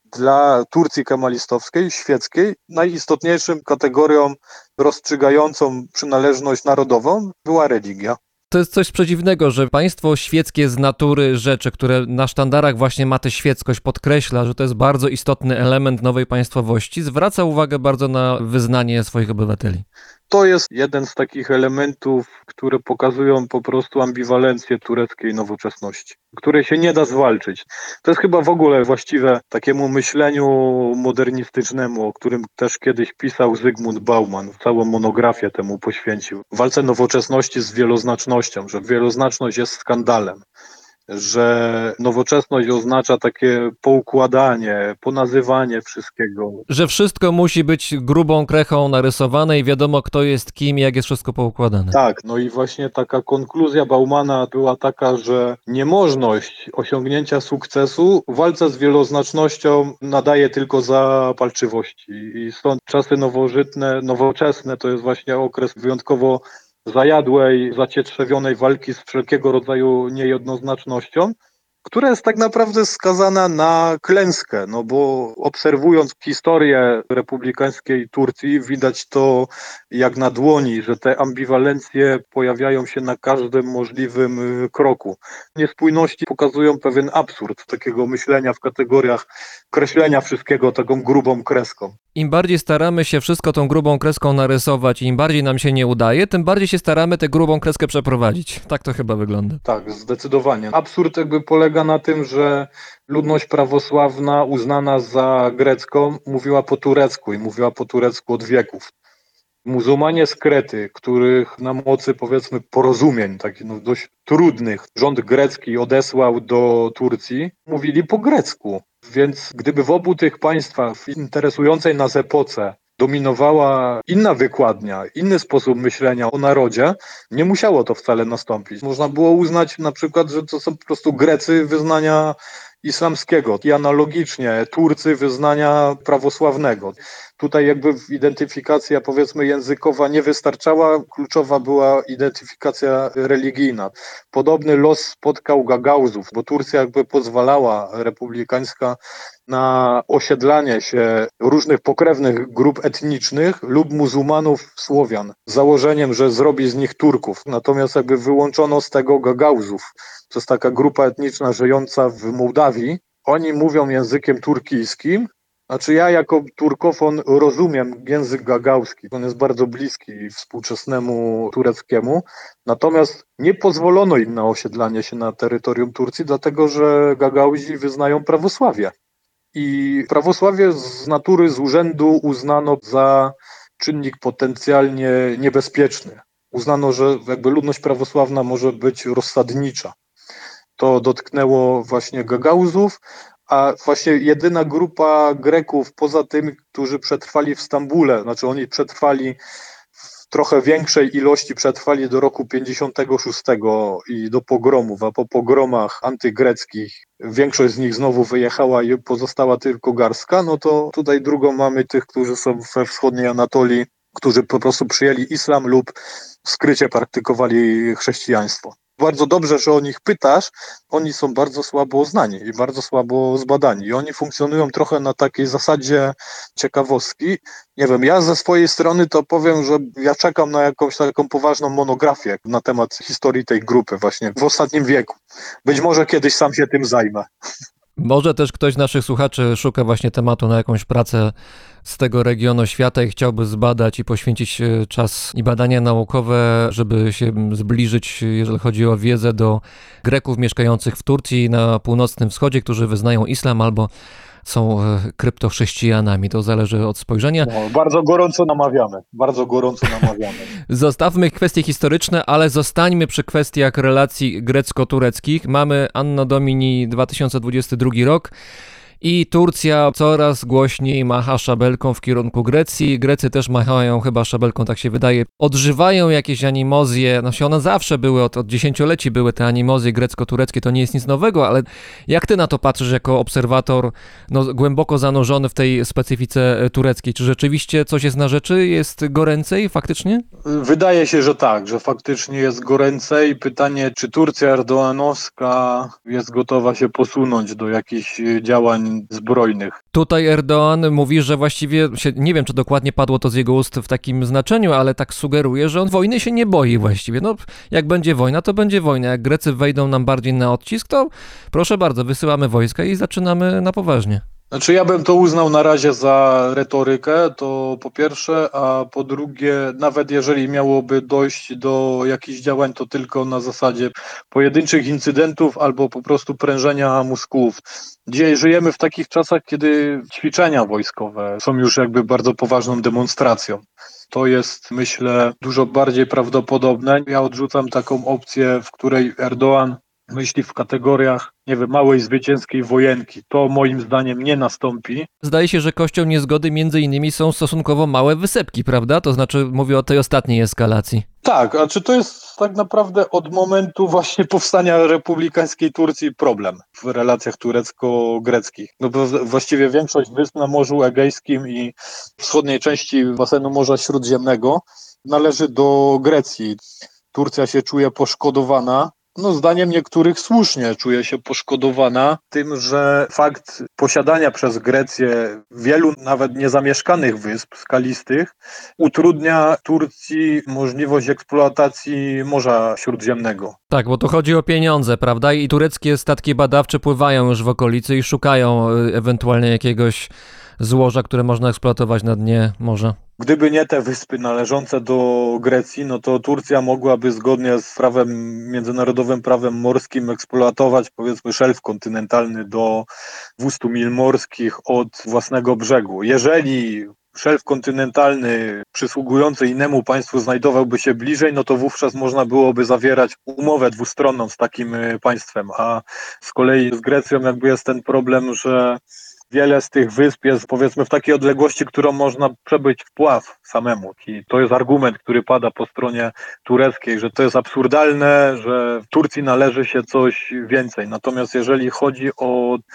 dla Turcji kemalistowskiej, świeckiej. Najistotniejszym kategorią rozstrzygającą przynależność narodową była religia. To jest coś przedziwnego, że państwo świeckie z natury rzeczy, które na sztandarach właśnie ma tę świeckość, podkreśla, że to jest bardzo istotny element nowej państwowości, zwraca uwagę bardzo na wyznanie swoich obywateli. To jest jeden z takich elementów, które pokazują po prostu ambiwalencję tureckiej nowoczesności, której się nie da zwalczyć. To jest chyba w ogóle właściwe takiemu myśleniu modernistycznemu, o którym też kiedyś pisał Zygmunt Bauman, całą monografię temu poświęcił. Walce nowoczesności z wieloznacznością, że wieloznaczność jest skandalem, że nowoczesność oznacza takie poukładanie, ponazywanie wszystkiego. Że wszystko musi być grubą krechą narysowane i wiadomo, kto jest kim, jak jest wszystko poukładane. Tak, no i właśnie taka konkluzja Baumana była taka, że niemożność osiągnięcia sukcesu w walce z wieloznacznością nadaje tylko zapalczywości. I stąd czasy nowożytne, nowoczesne to jest właśnie okres wyjątkowo zajadłej, zacietrzewionej walki z wszelkiego rodzaju niejednoznacznością, która jest tak naprawdę skazana na klęskę, no bo obserwując historię republikańskiej Turcji widać to jak na dłoni, że te ambiwalencje pojawiają się na każdym możliwym kroku. Niespójności pokazują pewien absurd takiego myślenia w kategoriach kreślenia wszystkiego taką grubą kreską. Im bardziej staramy się wszystko tą grubą kreską narysować i im bardziej nam się nie udaje, tym bardziej się staramy tę grubą kreskę przeprowadzić. Tak to chyba wygląda. Tak, zdecydowanie. Absurd jakby polega na tym, że ludność prawosławna uznana za grecką mówiła po turecku i mówiła po turecku od wieków. Muzułmanie z Krety, których na mocy powiedzmy porozumień, takich no, dość trudnych, rząd grecki odesłał do Turcji, mówili po grecku. Więc gdyby w obu tych państwach w interesującej nas epoce dominowała inna wykładnia, inny sposób myślenia o narodzie, nie musiało to wcale nastąpić. Można było uznać na przykład, że to są po prostu Grecy wyznania islamskiego i analogicznie Turcy wyznania prawosławnego. Tutaj jakby identyfikacja powiedzmy językowa nie wystarczała, kluczowa była identyfikacja religijna. Podobny los spotkał Gagauzów, bo Turcja jakby pozwalała republikańska na osiedlanie się różnych pokrewnych grup etnicznych lub muzułmanów Słowian, z założeniem, że zrobi z nich Turków. Natomiast jakby wyłączono z tego Gagauzów. To jest taka grupa etniczna żyjąca w Mołdawii. Oni mówią językiem turkijskim. Znaczy ja jako turkofon rozumiem język gagauski, on jest bardzo bliski współczesnemu tureckiemu, natomiast nie pozwolono im na osiedlanie się na terytorium Turcji, dlatego że Gagauzi wyznają prawosławie. I prawosławie z natury, z urzędu uznano za czynnik potencjalnie niebezpieczny. Uznano, że jakby ludność prawosławna może być rozsadnicza. To dotknęło właśnie Gagauzów, a właśnie jedyna grupa Greków poza tymi, którzy przetrwali w Stambule, znaczy oni przetrwali w trochę większej ilości, przetrwali do roku pięćdziesiątego szóstego i do pogromów, a po pogromach antygreckich większość z nich znowu wyjechała i pozostała tylko garstka, no to tutaj drugą mamy tych, którzy są we wschodniej Anatolii, którzy po prostu przyjęli islam lub w skrycie praktykowali chrześcijaństwo. Bardzo dobrze, że o nich pytasz, oni są bardzo słabo znani i bardzo słabo zbadani i oni funkcjonują trochę na takiej zasadzie ciekawostki. Nie wiem, ja ze swojej strony to powiem, że ja czekam na jakąś taką poważną monografię na temat historii tej grupy właśnie w ostatnim wieku. Być może kiedyś sam się tym zajmę. Może też ktoś z naszych słuchaczy szuka właśnie tematu na jakąś pracę z tego regionu świata i chciałby zbadać i poświęcić czas i badania naukowe, żeby się zbliżyć, jeżeli chodzi o wiedzę, do Greków mieszkających w Turcji na północnym wschodzie, którzy wyznają islam albo są kryptochrześcijanami. To zależy od spojrzenia. No, bardzo gorąco namawiamy. Bardzo gorąco namawiamy. Zostawmy kwestie historyczne, ale zostańmy przy kwestiach relacji grecko-tureckich. Mamy Anno Domini dwa tysiące dwudziesty drugi rok. I Turcja coraz głośniej macha szabelką w kierunku Grecji. Grecy też machają chyba szabelką, tak się wydaje. Odżywają jakieś animozje, no się one zawsze były, od, od dziesięcioleci były te animozje grecko-tureckie, to nie jest nic nowego, ale jak ty na to patrzysz jako obserwator no, głęboko zanurzony w tej specyfice tureckiej? Czy rzeczywiście coś jest na rzeczy? Jest goręcej faktycznie? Wydaje się, że tak, że faktycznie jest goręcej. Pytanie, czy Turcja erdoğanowska jest gotowa się posunąć do jakichś działań zbrojnych. Tutaj Erdoğan mówi, że właściwie, się, nie wiem czy dokładnie padło to z jego ust w takim znaczeniu, ale tak sugeruje, że on wojny się nie boi właściwie. No jak będzie wojna, to będzie wojna. Jak Grecy wejdą nam bardziej na odcisk, to proszę bardzo, wysyłamy wojska i zaczynamy na poważnie. Znaczy ja bym to uznał na razie za retorykę, to po pierwsze, a po drugie, nawet jeżeli miałoby dojść do jakichś działań, to tylko na zasadzie pojedynczych incydentów albo po prostu prężenia mózgów. Dzisiaj żyjemy w takich czasach, kiedy ćwiczenia wojskowe są już jakby bardzo poważną demonstracją. To jest, myślę, dużo bardziej prawdopodobne. Ja odrzucam taką opcję, w której Erdoğan myśli w kategoriach, nie wiem, małej zwycięskiej wojenki. To moim zdaniem nie nastąpi. Zdaje się, że kością niezgody między innymi są stosunkowo małe wysepki, prawda? To znaczy mówię o tej ostatniej eskalacji. Tak, a czy to jest tak naprawdę od momentu właśnie powstania republikańskiej Turcji problem w relacjach turecko-greckich? No bo właściwie większość wysp na Morzu Egejskim i wschodniej części basenu Morza Śródziemnego należy do Grecji. Turcja się czuje poszkodowana. No zdaniem niektórych słusznie czuje się poszkodowana tym, że fakt posiadania przez Grecję wielu nawet niezamieszkanych wysp skalistych utrudnia Turcji możliwość eksploatacji Morza Śródziemnego. Tak, bo to chodzi o pieniądze, prawda? I tureckie statki badawcze pływają już w okolicy i szukają ewentualnie jakiegoś złoża, które można eksploatować na dnie morza. Gdyby nie te wyspy należące do Grecji, no to Turcja mogłaby zgodnie z prawem, międzynarodowym prawem morskim eksploatować powiedzmy szelf kontynentalny do dwieście mil morskich od własnego brzegu. Jeżeli szelf kontynentalny przysługujący innemu państwu znajdowałby się bliżej, no to wówczas można byłoby zawierać umowę dwustronną z takim państwem, a z kolei z Grecją jakby jest ten problem, że wiele z tych wysp jest powiedzmy w takiej odległości, którą można przebyć wpław samemu. I to jest argument, który pada po stronie tureckiej, że to jest absurdalne, że w Turcji należy się coś więcej. Natomiast jeżeli chodzi o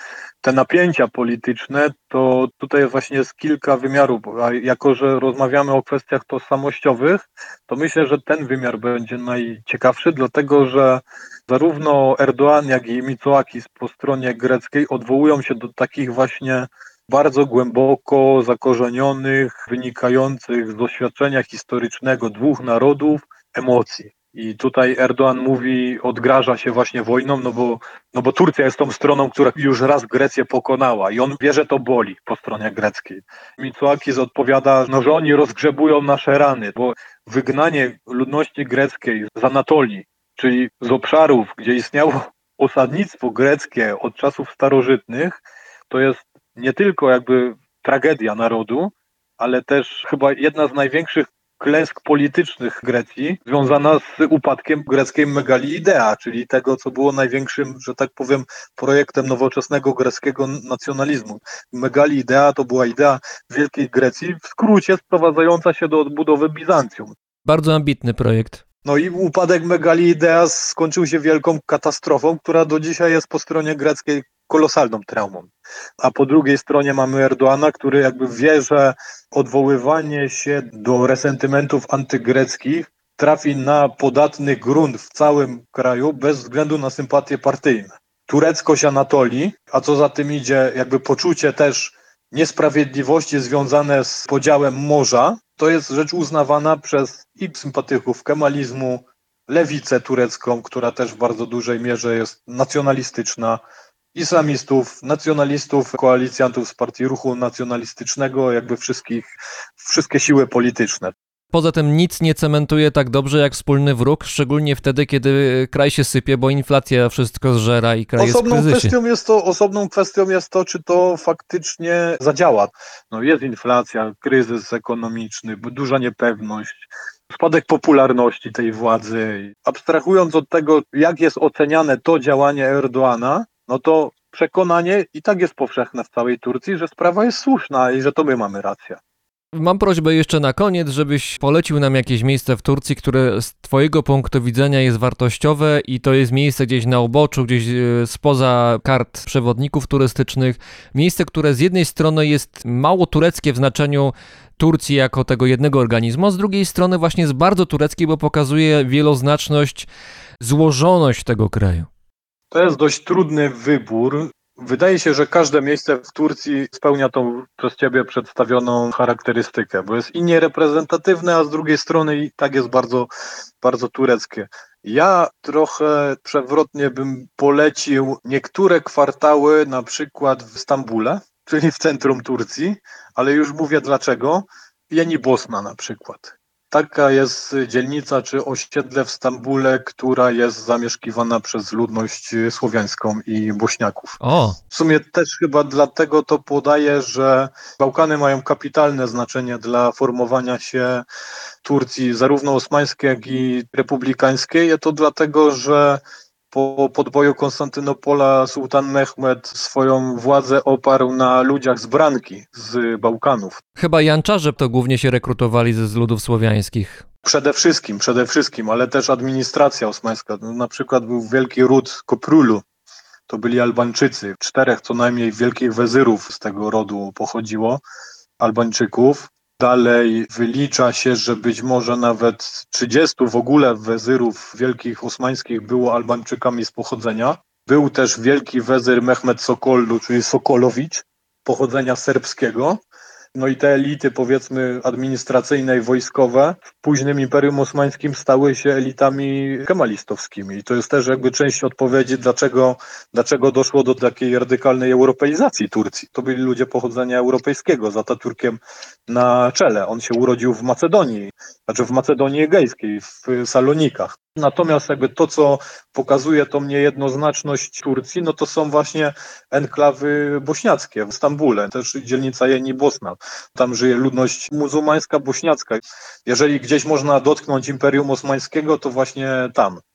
te napięcia polityczne, to tutaj właśnie jest kilka wymiarów, a jako że rozmawiamy o kwestiach tożsamościowych, to myślę, że ten wymiar będzie najciekawszy, dlatego że zarówno Erdoğan, jak i Mitsotakis po stronie greckiej odwołują się do takich właśnie bardzo głęboko zakorzenionych, wynikających z doświadczenia historycznego dwóch narodów emocji. I tutaj Erdoğan mówi, odgraża się właśnie wojną, no bo, no bo Turcja jest tą stroną, która już raz Grecję pokonała i on wie, że to boli po stronie greckiej. Mitsotakis odpowiada, no, że oni rozgrzebują nasze rany, bo wygnanie ludności greckiej z Anatolii, czyli z obszarów, gdzie istniało osadnictwo greckie od czasów starożytnych, to jest nie tylko jakby tragedia narodu, ale też chyba jedna z największych klęsk politycznych Grecji, związana z upadkiem greckiej megalii idea, czyli tego, co było największym, że tak powiem, projektem nowoczesnego greckiego nacjonalizmu. Megalii idea to była idea Wielkiej Grecji, w skrócie sprowadzająca się do odbudowy Bizancjum. Bardzo ambitny projekt. No i upadek megalii idea skończył się wielką katastrofą, która do dzisiaj jest po stronie greckiej kolosalną traumą. A po drugiej stronie mamy Erdoğana, który jakby wie, że odwoływanie się do resentymentów antygreckich trafi na podatny grunt w całym kraju bez względu na sympatie partyjne. Tureckość Anatolii, a co za tym idzie jakby poczucie też niesprawiedliwości związane z podziałem morza, to jest rzecz uznawana przez i sympatyków kemalizmu, lewicę turecką, która też w bardzo dużej mierze jest nacjonalistyczna, islamistów, nacjonalistów, koalicjantów z partii ruchu nacjonalistycznego, jakby wszystkich, wszystkie siły polityczne. Poza tym nic nie cementuje tak dobrze jak wspólny wróg, szczególnie wtedy, kiedy kraj się sypie, bo inflacja wszystko zżera i kraj Osobną jest w kryzysie. kwestią jest to, osobną kwestią jest to, czy to faktycznie zadziała. No jest inflacja, kryzys ekonomiczny, duża niepewność, spadek popularności tej władzy. Abstrahując od tego, jak jest oceniane to działanie Erdoğana, no to przekonanie i tak jest powszechne w całej Turcji, że sprawa jest słuszna i że to my mamy rację. Mam prośbę jeszcze na koniec, żebyś polecił nam jakieś miejsce w Turcji, które z twojego punktu widzenia jest wartościowe i to jest miejsce gdzieś na uboczu, gdzieś spoza kart przewodników turystycznych. Miejsce, które z jednej strony jest mało tureckie w znaczeniu Turcji jako tego jednego organizmu, a z drugiej strony właśnie jest bardzo tureckie, bo pokazuje wieloznaczność, złożoność tego kraju. To jest dość trudny wybór. Wydaje się, że każde miejsce w Turcji spełnia tą przez ciebie przedstawioną charakterystykę, bo jest i niereprezentatywne, a z drugiej strony i tak jest bardzo, bardzo tureckie. Ja trochę przewrotnie bym polecił niektóre kwartały, na przykład w Stambule, czyli w centrum Turcji, ale już mówię dlaczego. Yeni Bosna na przykład. Taka jest dzielnica czy osiedle w Stambule, która jest zamieszkiwana przez ludność słowiańską i Bośniaków. O. W sumie też chyba dlatego to podaję, że Bałkany mają kapitalne znaczenie dla formowania się Turcji, zarówno osmańskiej, jak i republikańskiej. To dlatego, że po podboju Konstantynopola sułtan Mehmed swoją władzę oparł na ludziach z Branki, z Bałkanów. Chyba Janczarze to głównie się rekrutowali ze z ludów słowiańskich. Przede wszystkim, przede wszystkim, ale też administracja osmańska. Na przykład był wielki ród Koprulu. To byli Albańczycy. Czterech co najmniej wielkich wezyrów z tego rodu pochodziło, Albańczyków. Dalej wylicza się, że być może nawet trzydziestu w ogóle wezyrów wielkich osmańskich było Albańczykami z pochodzenia. Był też wielki wezyr Mehmed Sokollu, czyli Sokolowicz, pochodzenia serbskiego. No i te elity, powiedzmy, administracyjne i wojskowe w późnym Imperium Osmańskim stały się elitami kemalistowskimi. I to jest też jakby część odpowiedzi, dlaczego, dlaczego doszło do takiej radykalnej europeizacji Turcji. To byli ludzie pochodzenia europejskiego, z Atatürkiem na czele. On się urodził w Macedonii, znaczy w Macedonii Egejskiej, w Salonikach. Natomiast jakby to, co pokazuje tą niejednoznaczność Turcji, no to są właśnie enklawy bośniackie w Stambule, też dzielnica Yeni Bosna. Tam żyje ludność muzułmańska, bośniacka. Jeżeli gdzieś można dotknąć Imperium Osmańskiego, to właśnie tam.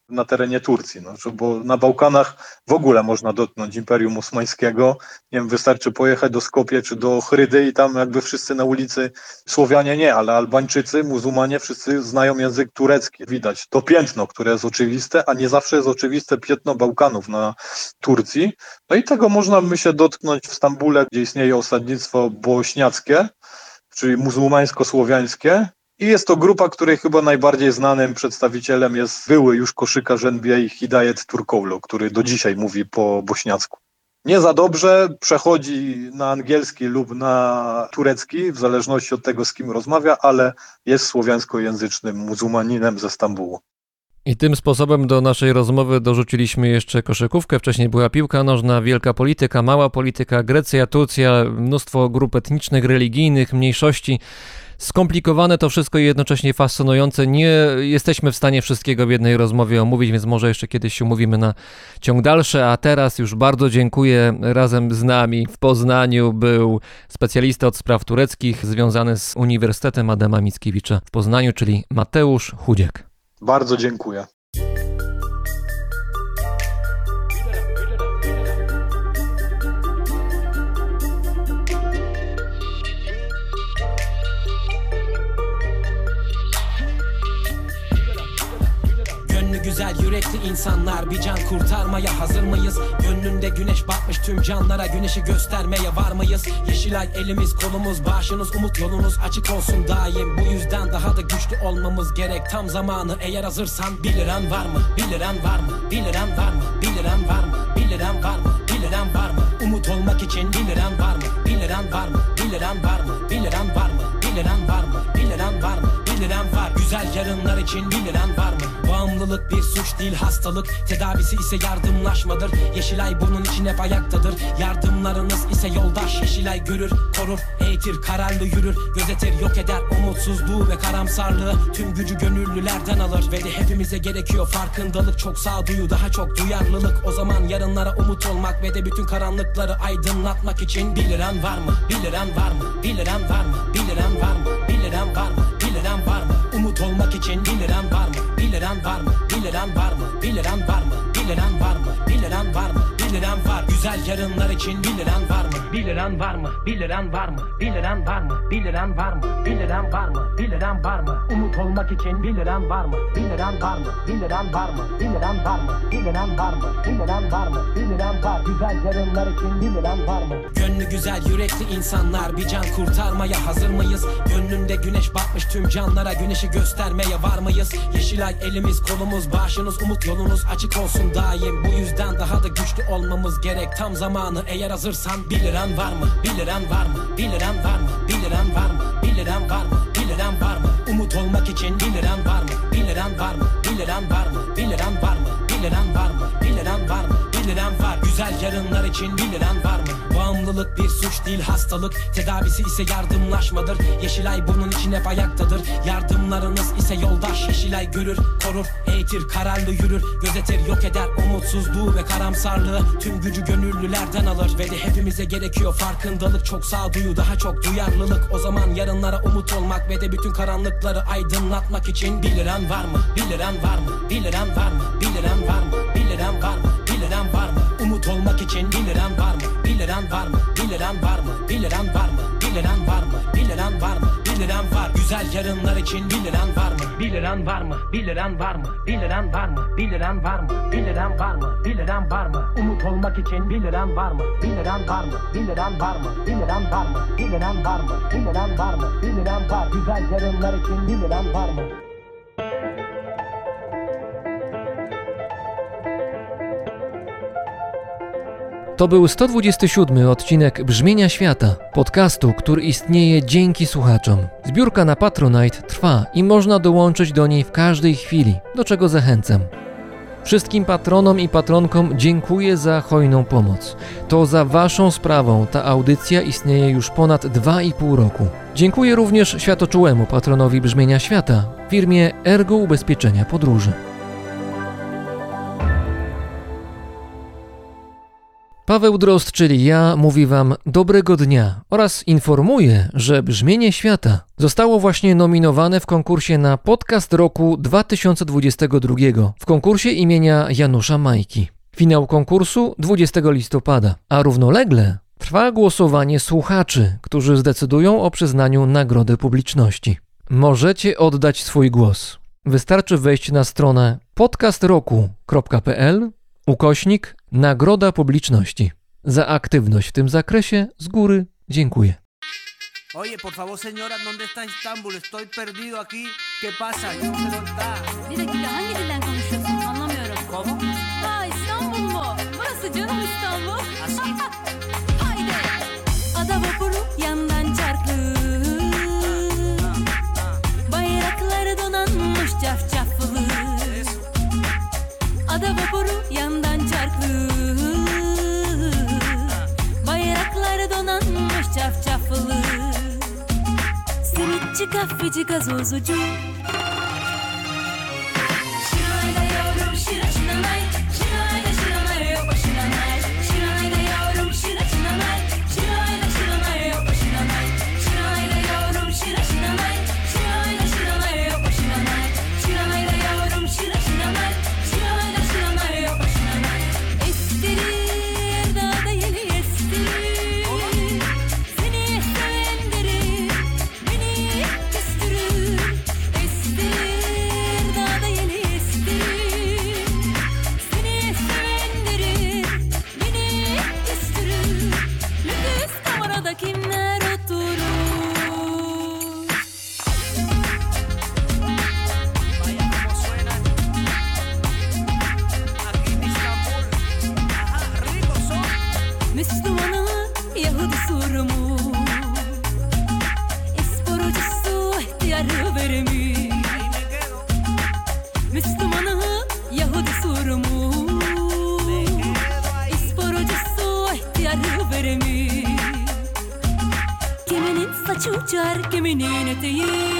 na terenie Turcji, no, bo na Bałkanach w ogóle można dotknąć Imperium Osmańskiego. Nie wiem, wystarczy pojechać do Skopie czy do Ochrydy i tam jakby wszyscy na ulicy, Słowianie nie, ale Albańczycy, muzułmanie, wszyscy znają język turecki. Widać to piętno, które jest oczywiste, a nie zawsze jest oczywiste piętno Bałkanów na Turcji. No i tego można by się dotknąć w Stambule, gdzie istnieje osadnictwo bośniackie, czyli muzułmańsko-słowiańskie. I jest to grupa, której chyba najbardziej znanym przedstawicielem jest były już koszykarz N B A Hidayet Turkoglu, który do dzisiaj mówi po bośniacku. Nie za dobrze, przechodzi na angielski lub na turecki, w zależności od tego, z kim rozmawia, ale jest słowiańskojęzycznym muzułmaninem ze Stambułu. I tym sposobem do naszej rozmowy dorzuciliśmy jeszcze koszykówkę. Wcześniej była piłka nożna, wielka polityka, mała polityka, Grecja, Turcja, mnóstwo grup etnicznych, religijnych, mniejszości. Skomplikowane to wszystko i jednocześnie fascynujące. Nie jesteśmy w stanie wszystkiego w jednej rozmowie omówić, więc może jeszcze kiedyś się umówimy na ciąg dalszy, a teraz już bardzo dziękuję. Razem z nami w Poznaniu był specjalista od spraw tureckich związany z Uniwersytetem Adama Mickiewicza w Poznaniu, czyli Mateusz Chudziak. Bardzo dziękuję. Güzel yürekli insanlar bir can kurtarmaya hazır mıyız? Gönlünde güneş batmış tüm canlara güneşi göstermeye var mıyız? Yeşilay elimiz kolumuz başınız umut yolunuz açık olsun daim. Bu yüzden daha da güçlü olmamız gerek tam zamanı eğer hazırsan. Bir liran var mı? Bir liran var mı? Bir liran var mı? Bir liran var mı? Bir liran var mı? Bir liran var mı? Umut olmak için bir liran var mı? Bir liran var mı? Bir liran var mı? Bir liran var mı? Bir liran var mı? Bir liran var mı? Bir liran var. Güzel yarınlar için bir liran var mı? Bağımlılık bir suç değil hastalık, tedavisi ise yardımlaşmadır. Yeşilay bunun için hep ayaktadır. Yardımlarınız ise yoldaş. Yeşilay görür, korur, eğitir, kararlı yürür, gözetir, yok eder umutsuzluğu ve karamsarlığı. Tüm gücü gönüllülerden alır ve de hepimize gerekiyor farkındalık, çok sağduyu, daha çok duyarlılık. O zaman yarınlara umut olmak ve de bütün karanlıkları aydınlatmak için bir liran var mı? Bir liran var mı? Bir liran var mı? Bir liran var mı? Bir liran var mı? Bir liran var mı? Umut olmak için bir liran var mı? Bir liran var mı? Bir liran var mı? Bir liran var mı? Bir liran var mı? Bir liran var mı? Bir liran var. Güzel yarınlar için bir liran var mı? Bir liran var mı? Bir liran var mı? Bir liran var mı? Bir liran var mı? Bir liran var mı? Bir liran var mı? Umut olmak için bir liran var mı? Bir liran var mı? Bir liran var mı? Bir liran var mı? Bir liran var mı? Bir liran var mı? Bir liran var. Güzel yarınlar için bir liran var mı? Gönlü güzel yürekli insanlar bir can kurtarmaya hazır mıyız? Gönlünde güneş batmış tüm canlara güneşi göstermeye var mıyız? Yeşilay elimiz kolumuz başınız umut yolunuz açık olsun daim. Bu yüzden daha da güçlü olmamız gerek tam zamanı eğer hazırsan. Bir liran var mı? Bir liran var mı? Bir liran var mı? Bir liran var mı? Bir liran var mı? Bir liran var mı? Umut olmak için bir liran var mı? Bir liran var mı? Bir liran var mı? Bir liran var mı? Bir liran var mı? Bir liran var mı? Bir liran var. Güzel yarınlar için bir liran var mı? Bağımlılık bir suç değil hastalık, tedavisi ise yardımlaşmadır. Yeşilay bunun için hep ayaktadır. Yardımlarınız ise yoldaş. Yeşilay görür, korur, eğitir, kararlı yürür, gözetir, yok eder umutsuzluğu ve karamsarlığı. Tüm gücü gönüllülerden alır ve de hepimize gerekiyor farkındalık, çok sağduyu, daha çok duyarlılık. O zaman yarınlara umut olmak ve de bütün karanlıkları aydınlatmak için bir liran var mı? Bir liran var mı? Bir liran var mı? Bir liran var mı? Bir liran var mı? Bir liran var mı? Umut olmak için bir liran var mı? Bir liran var mı? Bir liran var mı? Bir liran var mı? Bir liran var mı? Bir liran var mı? Bir liran var. Güzel yarınlar için bir liran var mı? Bir liran var mı? Bir liran var mı? Bir liran var mı? Bir liran var mı? Bir liran var mı? Bir liran var mı? Umut olmak için bir liran var mı? Bir liran var mı? Bir liran var mı? Bir liran var mı? Bir liran var mı? Bir liran var mı? Bir liran var. Güzel yarınlar için bir liran var mı? To był sto dwudziesty siódmy odcinek Brzmienia Świata, podcastu, który istnieje dzięki słuchaczom. Zbiórka na Patronite trwa i można dołączyć do niej w każdej chwili, do czego zachęcam. Wszystkim patronom i patronkom dziękuję za hojną pomoc. To za waszą sprawą ta audycja istnieje już ponad dwa i pół roku. Dziękuję również światoczułemu patronowi Brzmienia Świata, firmie Ergo Ubezpieczenia Podróży. Paweł Drozd, czyli ja, mówi wam dobrego dnia oraz informuje, że Brzmienie Świata zostało właśnie nominowane w konkursie na Podcast Roku dwa tysiące dwudziestego drugiego w konkursie imienia Janusza Majki. Finał konkursu dwudziestego listopada, a równolegle trwa głosowanie słuchaczy, którzy zdecydują o przyznaniu nagrody publiczności. Możecie oddać swój głos. Wystarczy wejść na stronę podcastroku kropka p l ukośnik Nagroda Publiczności. Za aktywność w tym zakresie z góry dziękuję. Oye, por favor, señora, ¿dónde está Istanbul? Estoy perdido aquí. ¿Qué pasa? Yo no sé dónde está. Bir dakika, hangi dilden konuşuyorsun? Anlamıyorum. ¿Cómo? Aa, İstanbul mu? Burası canım İstanbul. Así. Haydi. Ada vapuru yandan çarklı. Bayrakları donanmış cafcaflı. Ada vapuru yandan çarklı. Bayrakları donanmış cafcaflı. Simitçi, kahveci, gazozucu. Şirayda yavrum şira şinanay. Şirayda şiranay yok şinanay. Şirayda yavrum şira şinanay. Şirayda şiranay yok şinanay. Şirayda yavrum şira şinanay. Şirayda şiranay yok şinanay. Şirayda yavrum şira şinanay. Şirayda şiranay yok şinanay. Estirir dağda yeli estirir. Seni sevendirir. Beni küstürür. Estirir dağda yeli estirir. Seni sevendirir. Beni küstürür. Lütüs kamerada kimler oturur? Vaya como suenan. Aquí en Istanbul. Ajá, rico son. Müslümanı, Yahudisi Rum'u, İsporcusu ihtiyarı verimi. Ahí me quedo. Müslümanı, Yahudisi Rum'u, Me quedo ahí. İsporcusu ihtiyarı verimi. Kiminin saçı uçar, kiminin eteği.